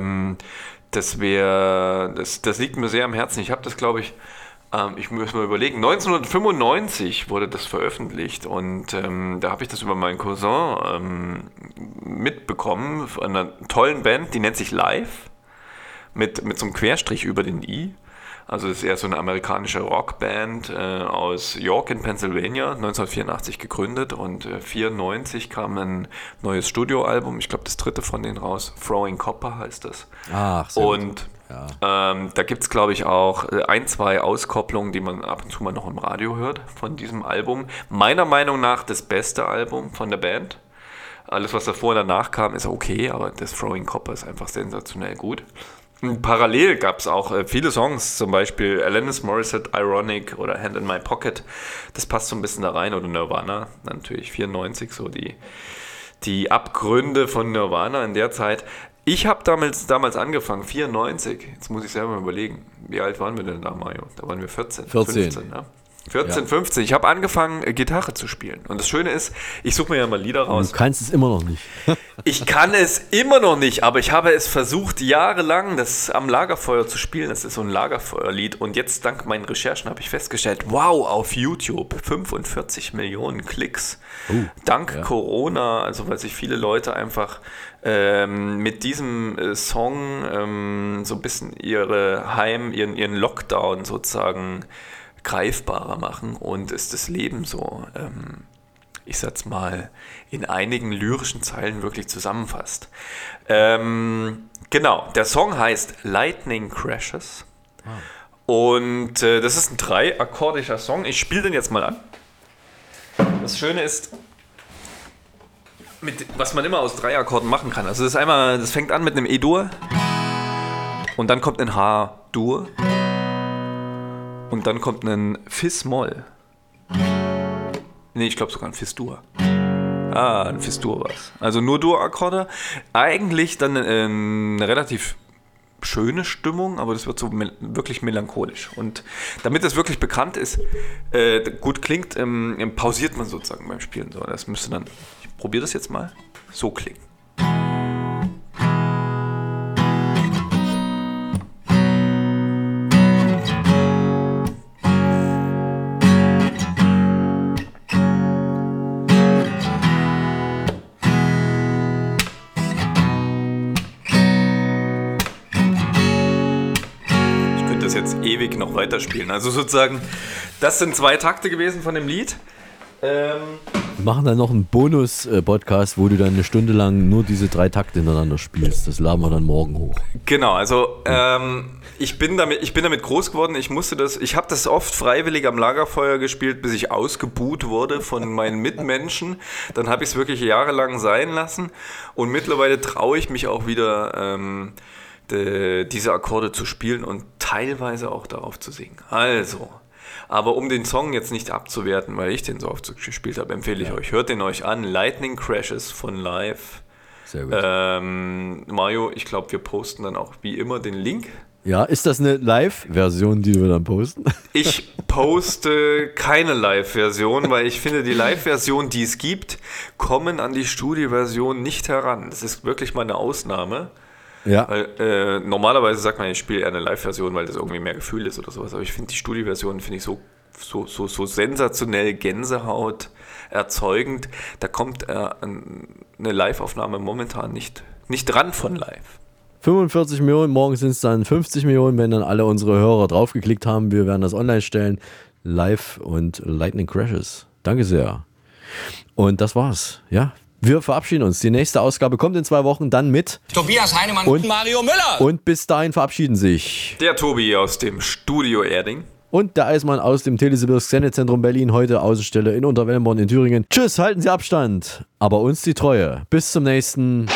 [SPEAKER 9] das liegt mir sehr am Herzen. Ich habe das, glaube ich, ich muss mal überlegen, 1995 wurde das veröffentlicht und da habe ich das über meinen Cousin mitbekommen von einer tollen Band, die nennt sich Live, mit so einem Querstrich über den I. Also das ist eher so eine amerikanische Rockband aus York in Pennsylvania, 1984 gegründet und 1994 kam ein neues Studioalbum, ich glaube das 3. von denen raus, Throwing Copper heißt das.
[SPEAKER 1] Ach, sehr
[SPEAKER 9] und da gibt es, glaube ich, auch 1, 2 Auskopplungen, die man ab und zu mal noch im Radio hört von diesem Album. Meiner Meinung nach das beste Album von der Band. Alles, was davor und danach kam, ist okay, aber das Throwing Copper ist einfach sensationell gut. Parallel gab es auch viele Songs, zum Beispiel Alanis Morissette, Ironic oder Hand in My Pocket. Das passt so ein bisschen da rein. Oder Nirvana, natürlich 94, so die Abgründe von Nirvana in der Zeit. Ich habe damals angefangen, 94. Jetzt muss ich selber mal überlegen, wie alt waren wir denn da, Mario? Da waren wir 14. 15, ja. 14, 15. Ich habe angefangen, Gitarre zu spielen. Und das Schöne ist, ich suche mir ja mal Lieder raus.
[SPEAKER 1] Du kannst es immer noch nicht.
[SPEAKER 9] Ich kann es immer noch nicht, aber ich habe es versucht, jahrelang das am Lagerfeuer zu spielen. Das ist so ein Lagerfeuerlied. Und jetzt, dank meinen Recherchen, habe ich festgestellt, wow, auf YouTube 45 Millionen Klicks. Dank Corona, also weil sich viele Leute einfach mit diesem Song so ein bisschen ihren Lockdown sozusagen greifbarer machen und es das Leben so, ich sag's mal, in einigen lyrischen Zeilen wirklich zusammenfasst. Genau, der Song heißt Lightning Crashes und das ist ein 3-akkordischer Song. Ich spiele den jetzt mal an. Das Schöne ist, was man immer aus 3 Akkorden machen kann. Also das fängt an mit einem E-Dur und dann kommt ein H-Dur. Und dann kommt ein Fis-Moll. Nee, ich glaube sogar ein Fis-Dur. Ein Fis-Dur war's. Also nur Dur-Akkorde. Eigentlich dann eine relativ schöne Stimmung, aber das wird so wirklich melancholisch. Und damit das wirklich bekannt ist, gut klingt, pausiert man sozusagen beim Spielen. So, das müsste dann, ich probiere das jetzt mal, so klingen. Jetzt ewig noch weiterspielen. Also sozusagen, das sind 2 Takte gewesen von dem Lied.
[SPEAKER 1] Wir machen dann noch einen Bonus-Podcast, wo du dann eine Stunde lang nur diese 3 Takte hintereinander spielst. Das laden wir dann morgen hoch.
[SPEAKER 9] Genau, also ich bin damit groß geworden. Ich habe das oft freiwillig am Lagerfeuer gespielt, bis ich ausgebuht wurde von meinen Mitmenschen. Dann habe ich es wirklich jahrelang sein lassen und mittlerweile traue ich mich auch wieder diese Akkorde zu spielen und teilweise auch darauf zu singen. Also, aber um den Song jetzt nicht abzuwerten, weil ich den so oft gespielt habe, empfehle ich euch, hört den euch an. Lightning Crashes von Live.
[SPEAKER 1] Sehr gut.
[SPEAKER 9] Mario, ich glaube, wir posten dann auch wie immer den Link.
[SPEAKER 1] Ja, ist das eine Live-Version, die wir dann posten?
[SPEAKER 9] Ich poste keine Live-Version, weil ich finde, die Live-Version, die es gibt, kommen an die Studio-Version nicht heran. Das ist wirklich mal eine Ausnahme.
[SPEAKER 1] Ja.
[SPEAKER 9] Weil, normalerweise sagt man, ich spiele eher eine Live-Version, weil das irgendwie mehr Gefühl ist oder sowas. Aber ich finde die Studio-Version so sensationell Gänsehaut erzeugend. Da kommt eine Live-Aufnahme momentan nicht dran von live.
[SPEAKER 1] 45 Millionen, morgen sind es dann 50 Millionen, wenn dann alle unsere Hörer draufgeklickt haben. Wir werden das online stellen. Live und Lightning Crashes. Danke sehr. Und das war's. Ja, wir verabschieden uns. Die nächste Ausgabe kommt in 2 Wochen, dann mit
[SPEAKER 7] Tobias Heinemann und Mario Müller.
[SPEAKER 1] Und bis dahin verabschieden sich
[SPEAKER 9] der Tobi aus dem Studio Erding
[SPEAKER 1] und der Eismann aus dem Telesibirsk Sendezentrum Berlin, heute Außenstelle in Unterwellenborn in Thüringen. Tschüss, halten Sie Abstand, aber uns die Treue. Bis zum nächsten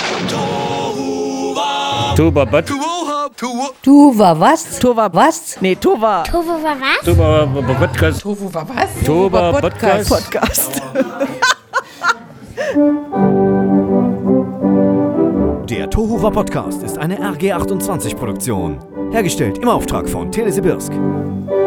[SPEAKER 5] Tuba was?
[SPEAKER 16] Tuba was? Tuba was? Nee, Tuba.
[SPEAKER 17] Tuba war was?
[SPEAKER 5] Tuba Podcast.
[SPEAKER 16] Tuba war was?
[SPEAKER 5] Tuba Podcast.
[SPEAKER 18] Der Tohuwa Podcast ist eine RG28-Produktion. Hergestellt im Auftrag von Telesibirsk.